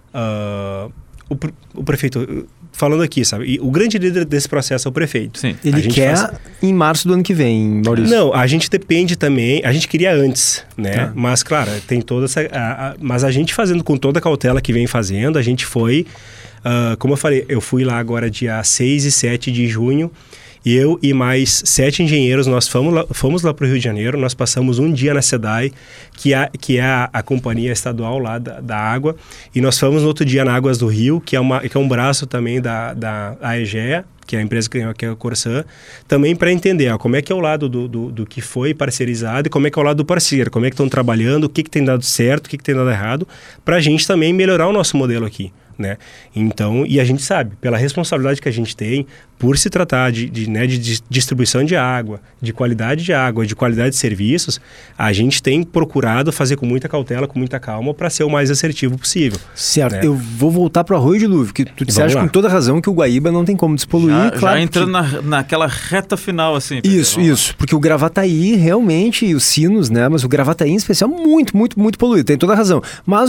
o prefeito... Falando aqui, sabe? E o grande líder desse processo é o prefeito. Sim. Ele quer em março do ano que vem, Maurício. Não, a gente depende também... A gente queria antes, né? Mas, claro, tem toda essa... mas a gente fazendo com toda a cautela que vem fazendo, a gente foi... como eu falei, eu fui lá agora dia 6 e 7 de junho. Eu e mais 7 engenheiros, nós fomos lá para o Rio de Janeiro, nós passamos um dia na SEDAI, que é a companhia estadual lá da água, e nós fomos no outro dia na Águas do Rio, que é um braço também da AEGEA, que é a empresa que é a Corsã, também para entender como é que é o lado do que foi parcerizado e como é que é o lado do parceiro, como é que estão trabalhando, o que tem dado certo, o que tem dado errado, para a gente também melhorar o nosso modelo aqui. Né? Então, e a gente sabe, pela responsabilidade que a gente tem, por se tratar de distribuição de água, de qualidade de água, de qualidade de serviços, a gente tem procurado fazer com muita cautela, com muita calma, para ser o mais assertivo possível. Certo. Né? Eu vou voltar para o Arroio Dilúvio, que tu disseste com toda razão que o Guaíba não tem como despoluir. Já entrando naquela reta final, assim. Isso. Porque o Gravataí, realmente, os sinos, né? Mas o Gravataí, em especial, muito, muito, muito poluído. Tem toda razão. Mas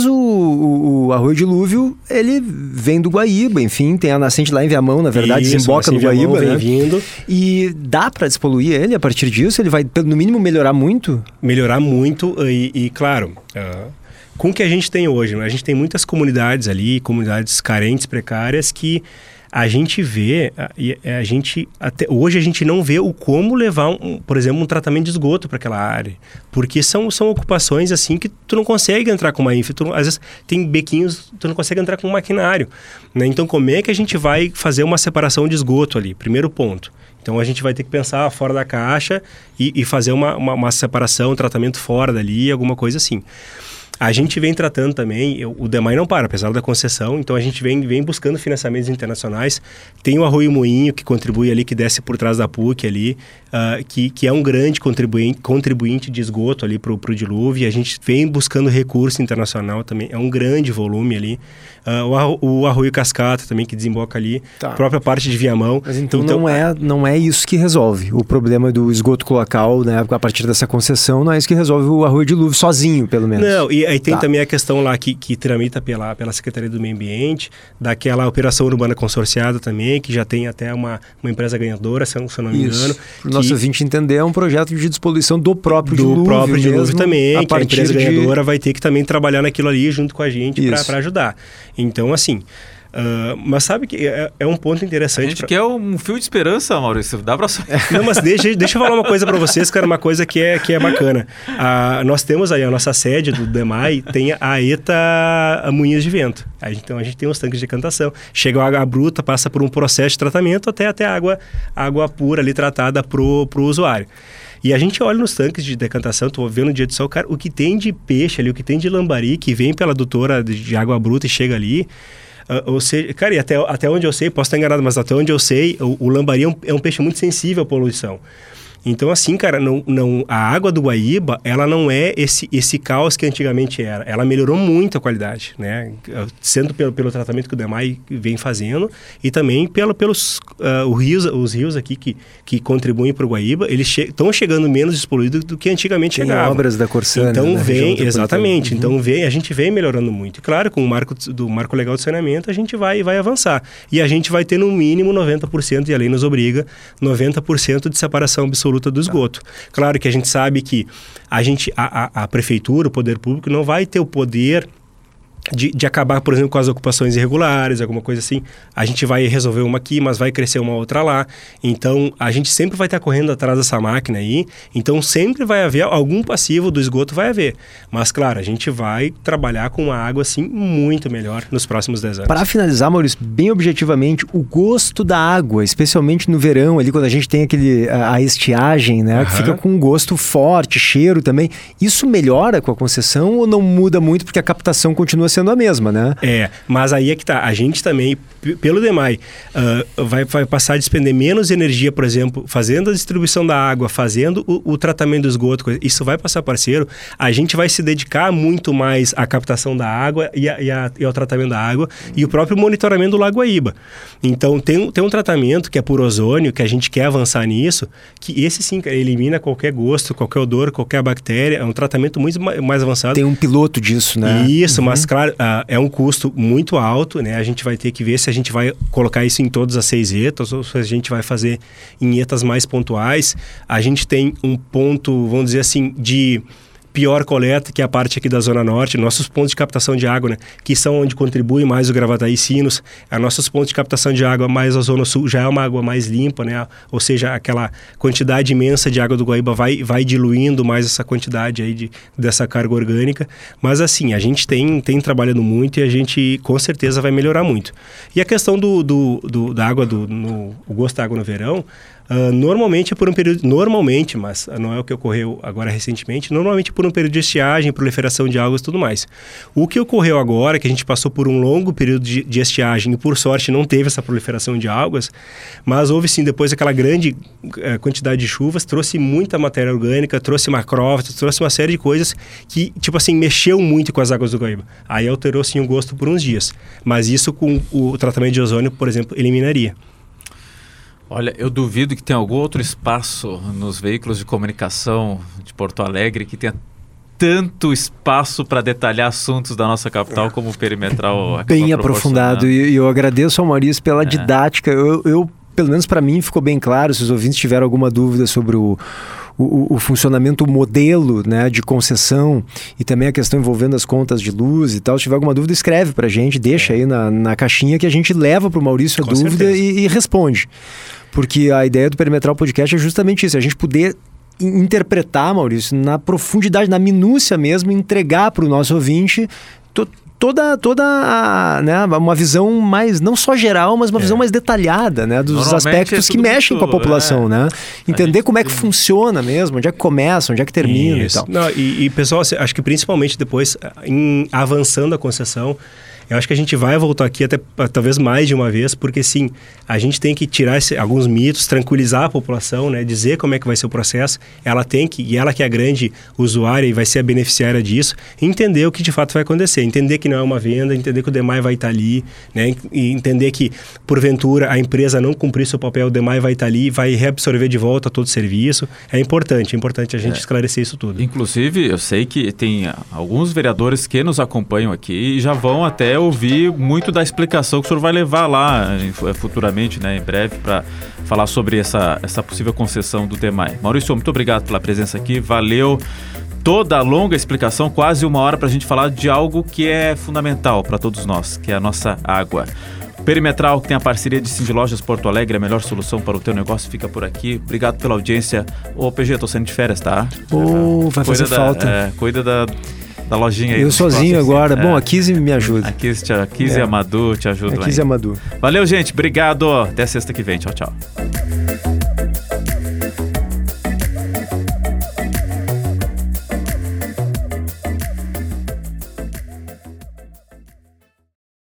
o Arroio Dilúvio, ele vem do Guaíba, enfim, tem a nascente lá em Viamão, na verdade, desemboca no Guaíba, né? Vindo. E dá para despoluir ele a partir disso? Ele vai, no mínimo, melhorar muito? Melhorar muito e claro, com o que a gente tem hoje, né? A gente tem muitas comunidades ali, comunidades carentes, precárias, que a gente vê, até hoje a gente não vê o como levar, por exemplo, um tratamento de esgoto para aquela área. Porque são ocupações assim que tu não consegue entrar com uma infra. Às vezes tem bequinhos, tu não consegue entrar com um maquinário. Né? Então como é que a gente vai fazer uma separação de esgoto ali? Primeiro ponto. Então a gente vai ter que pensar fora da caixa e fazer uma separação, um tratamento fora dali, alguma coisa assim. A gente vem tratando também, o DEMAI não para, apesar da concessão, então a gente vem buscando financiamentos internacionais. Tem o Arroio Moinho, que contribui ali, que desce por trás da PUC ali, que é um grande contribuinte de esgoto ali para o dilúvio, e a gente vem buscando recurso internacional também, é um grande volume ali. O Arroio Cascata também, que desemboca ali, a própria parte de Viamão. Mas então não é isso que resolve o problema do esgoto local, né? A partir dessa concessão, não é isso que resolve o Arroio Dilúvio sozinho, pelo menos. Não, e aí tem também a questão lá que tramita pela Secretaria do Meio Ambiente, daquela operação urbana consorciada também, que já tem até uma empresa ganhadora, se eu não me engano. Para o nosso ouvinte entender, é um projeto de despoluição do próprio dilúvio. Do próprio dilúvio também, que a empresa ganhadora vai ter que também trabalhar naquilo ali junto com a gente para ajudar. Então, assim... mas sabe que é um ponto interessante. A gente quer um fio de esperança, Maurício. Dá pra... Não, mas deixa eu falar uma coisa para vocês, cara, uma coisa que é bacana. Nós temos aí a nossa sede do DEMAI, tem a ETA Moinhos de Vento. Então a gente tem uns tanques de decantação. Chega a água bruta, passa por um processo de tratamento até a água pura ali tratada pro usuário. E a gente olha nos tanques de decantação, tô vendo no dia de sol, cara, o que tem de peixe ali, o que tem de lambari que vem pela adutora de água bruta e chega ali. Ou seja, cara, e até onde eu sei, posso estar enganado, mas até onde eu sei, o lambari é um peixe muito sensível à poluição. Então, assim, cara, a água do Guaíba, ela não é esse caos que antigamente era. Ela melhorou muito a qualidade, né? Sendo pelo tratamento que o DEMAI vem fazendo e também pelos os rios aqui que contribuem para o Guaíba, eles estão chegando menos despoluídos do que antigamente chegavam. Obras da Corsã, então né, exatamente. Então a gente vem melhorando muito. E claro, com o marco legal de saneamento, a gente vai avançar. E a gente vai ter no mínimo 90%, e a lei nos obriga, 90% de separação absoluta do esgoto. Claro que a gente sabe que a prefeitura, o poder público, não vai ter o poder de acabar, por exemplo, com as ocupações irregulares, alguma coisa assim. A gente vai resolver uma aqui, mas vai crescer uma outra lá. Então, a gente sempre vai estar correndo atrás dessa máquina aí. Então, sempre vai haver algum passivo do esgoto, vai haver. Mas, claro, a gente vai trabalhar com uma água, assim, muito melhor nos próximos 10 anos. Para finalizar, Maurício, bem objetivamente, o gosto da água, especialmente no verão, ali quando a gente tem a estiagem, né? Que fica com um gosto forte, cheiro também. Isso melhora com a concessão ou não muda muito porque a captação continua sendo a mesma, né? Mas aí é que tá. A gente também, pelo DEMAI, vai passar a despender menos energia, por exemplo, fazendo a distribuição da água, fazendo o tratamento do esgoto. Isso vai passar parceiro. A gente vai se dedicar muito mais à captação da água e ao tratamento da água e o próprio monitoramento do Lago Guaíba. Então, tem um tratamento que é por ozônio, que a gente quer avançar nisso, que esse sim elimina qualquer gosto, qualquer odor, qualquer bactéria. É um tratamento muito mais avançado. Tem um piloto disso, né? Isso, mas claro, é um custo muito alto, né? A gente vai ter que ver se a gente vai colocar isso em todas as 6 ETAs ou se a gente vai fazer em ETAs mais pontuais. A gente tem um ponto, vamos dizer assim, de pior coleta, que é a parte aqui da Zona Norte, nossos pontos de captação de água, né, que são onde contribui mais o Gravataí e Sinos. Nossos pontos de captação de água mais a Zona Sul já é uma água mais limpa, né? Ou seja, aquela quantidade imensa de água do Guaíba vai diluindo mais essa quantidade aí dessa carga orgânica. Mas assim, a gente tem trabalhando muito e a gente com certeza vai melhorar muito. E a questão da água, o gosto da água no verão, Normalmente é por um período... Normalmente, mas não é o que ocorreu agora recentemente, normalmente por um período de estiagem, proliferação de algas e tudo mais. O que ocorreu agora, que a gente passou por um longo período de estiagem e por sorte não teve essa proliferação de algas, mas houve sim, depois daquela grande quantidade de chuvas, trouxe muita matéria orgânica, trouxe macrófitos, trouxe uma série de coisas que, tipo assim, mexeu muito com as águas do Guaíba. Aí alterou sim o gosto por uns dias. Mas isso com o tratamento de ozônio, por exemplo, eliminaria. Olha, eu duvido que tenha algum outro espaço nos veículos de comunicação de Porto Alegre que tenha tanto espaço para detalhar assuntos da nossa capital como o Perimetral. Bem aprofundado. E eu agradeço ao Maurício pela didática. Eu, pelo menos para mim, ficou bem claro. Se os ouvintes tiveram alguma dúvida sobre o funcionamento, o modelo, né, de concessão e também a questão envolvendo as contas de luz e tal, se tiver alguma dúvida, escreve pra gente, deixa aí na caixinha que a gente leva pro Maurício a dúvida e responde. Porque a ideia do Perimetral Podcast é justamente isso, a gente poder interpretar, Maurício, na profundidade, na minúcia mesmo, entregar para o nosso ouvinte toda né, uma visão mais, não só geral, mas uma visão mais detalhada, né, dos aspectos que mexem com a população, né? Entender como é que funciona mesmo, onde é que começa, onde é que termina e tal. Não, e pessoal, acho que principalmente depois, avançando a concessão, eu acho que a gente vai voltar aqui até talvez mais de uma vez, porque sim, a gente tem que tirar alguns mitos, tranquilizar a população, né? Dizer como é que vai ser o processo. Ela tem que, e ela que é a grande usuária e vai ser a beneficiária disso, entender o que de fato vai acontecer. Entender que não é uma venda, entender que o DEMAI vai estar ali, né? E entender que, porventura, a empresa não cumprir seu papel, o DEMAI vai estar ali, vai reabsorver de volta todo o serviço. É importante a gente esclarecer isso tudo. Inclusive, eu sei que tem alguns vereadores que nos acompanham aqui e já vão até ouvir muito da explicação que o senhor vai levar lá futuramente, né, em breve, para falar sobre essa possível concessão do DEMAI. Maurício, muito obrigado pela presença aqui, valeu toda a longa explicação, quase uma hora para a gente falar de algo que é fundamental para todos nós, que é a nossa água. Perimetral, que tem a parceria de Cindy Lojas Porto Alegre, a melhor solução para o teu negócio, fica por aqui. Obrigado pela audiência. Ô, PG, eu tô saindo de férias, tá? Vai fazer falta. Cuida da lojinha aí. Eu sozinho agora. Bom, a Kizzy me ajuda. A Kizzy e a Madu te ajudam. A Kizzy e a Madu. Valeu, gente. Obrigado. Até sexta que vem. Tchau, tchau.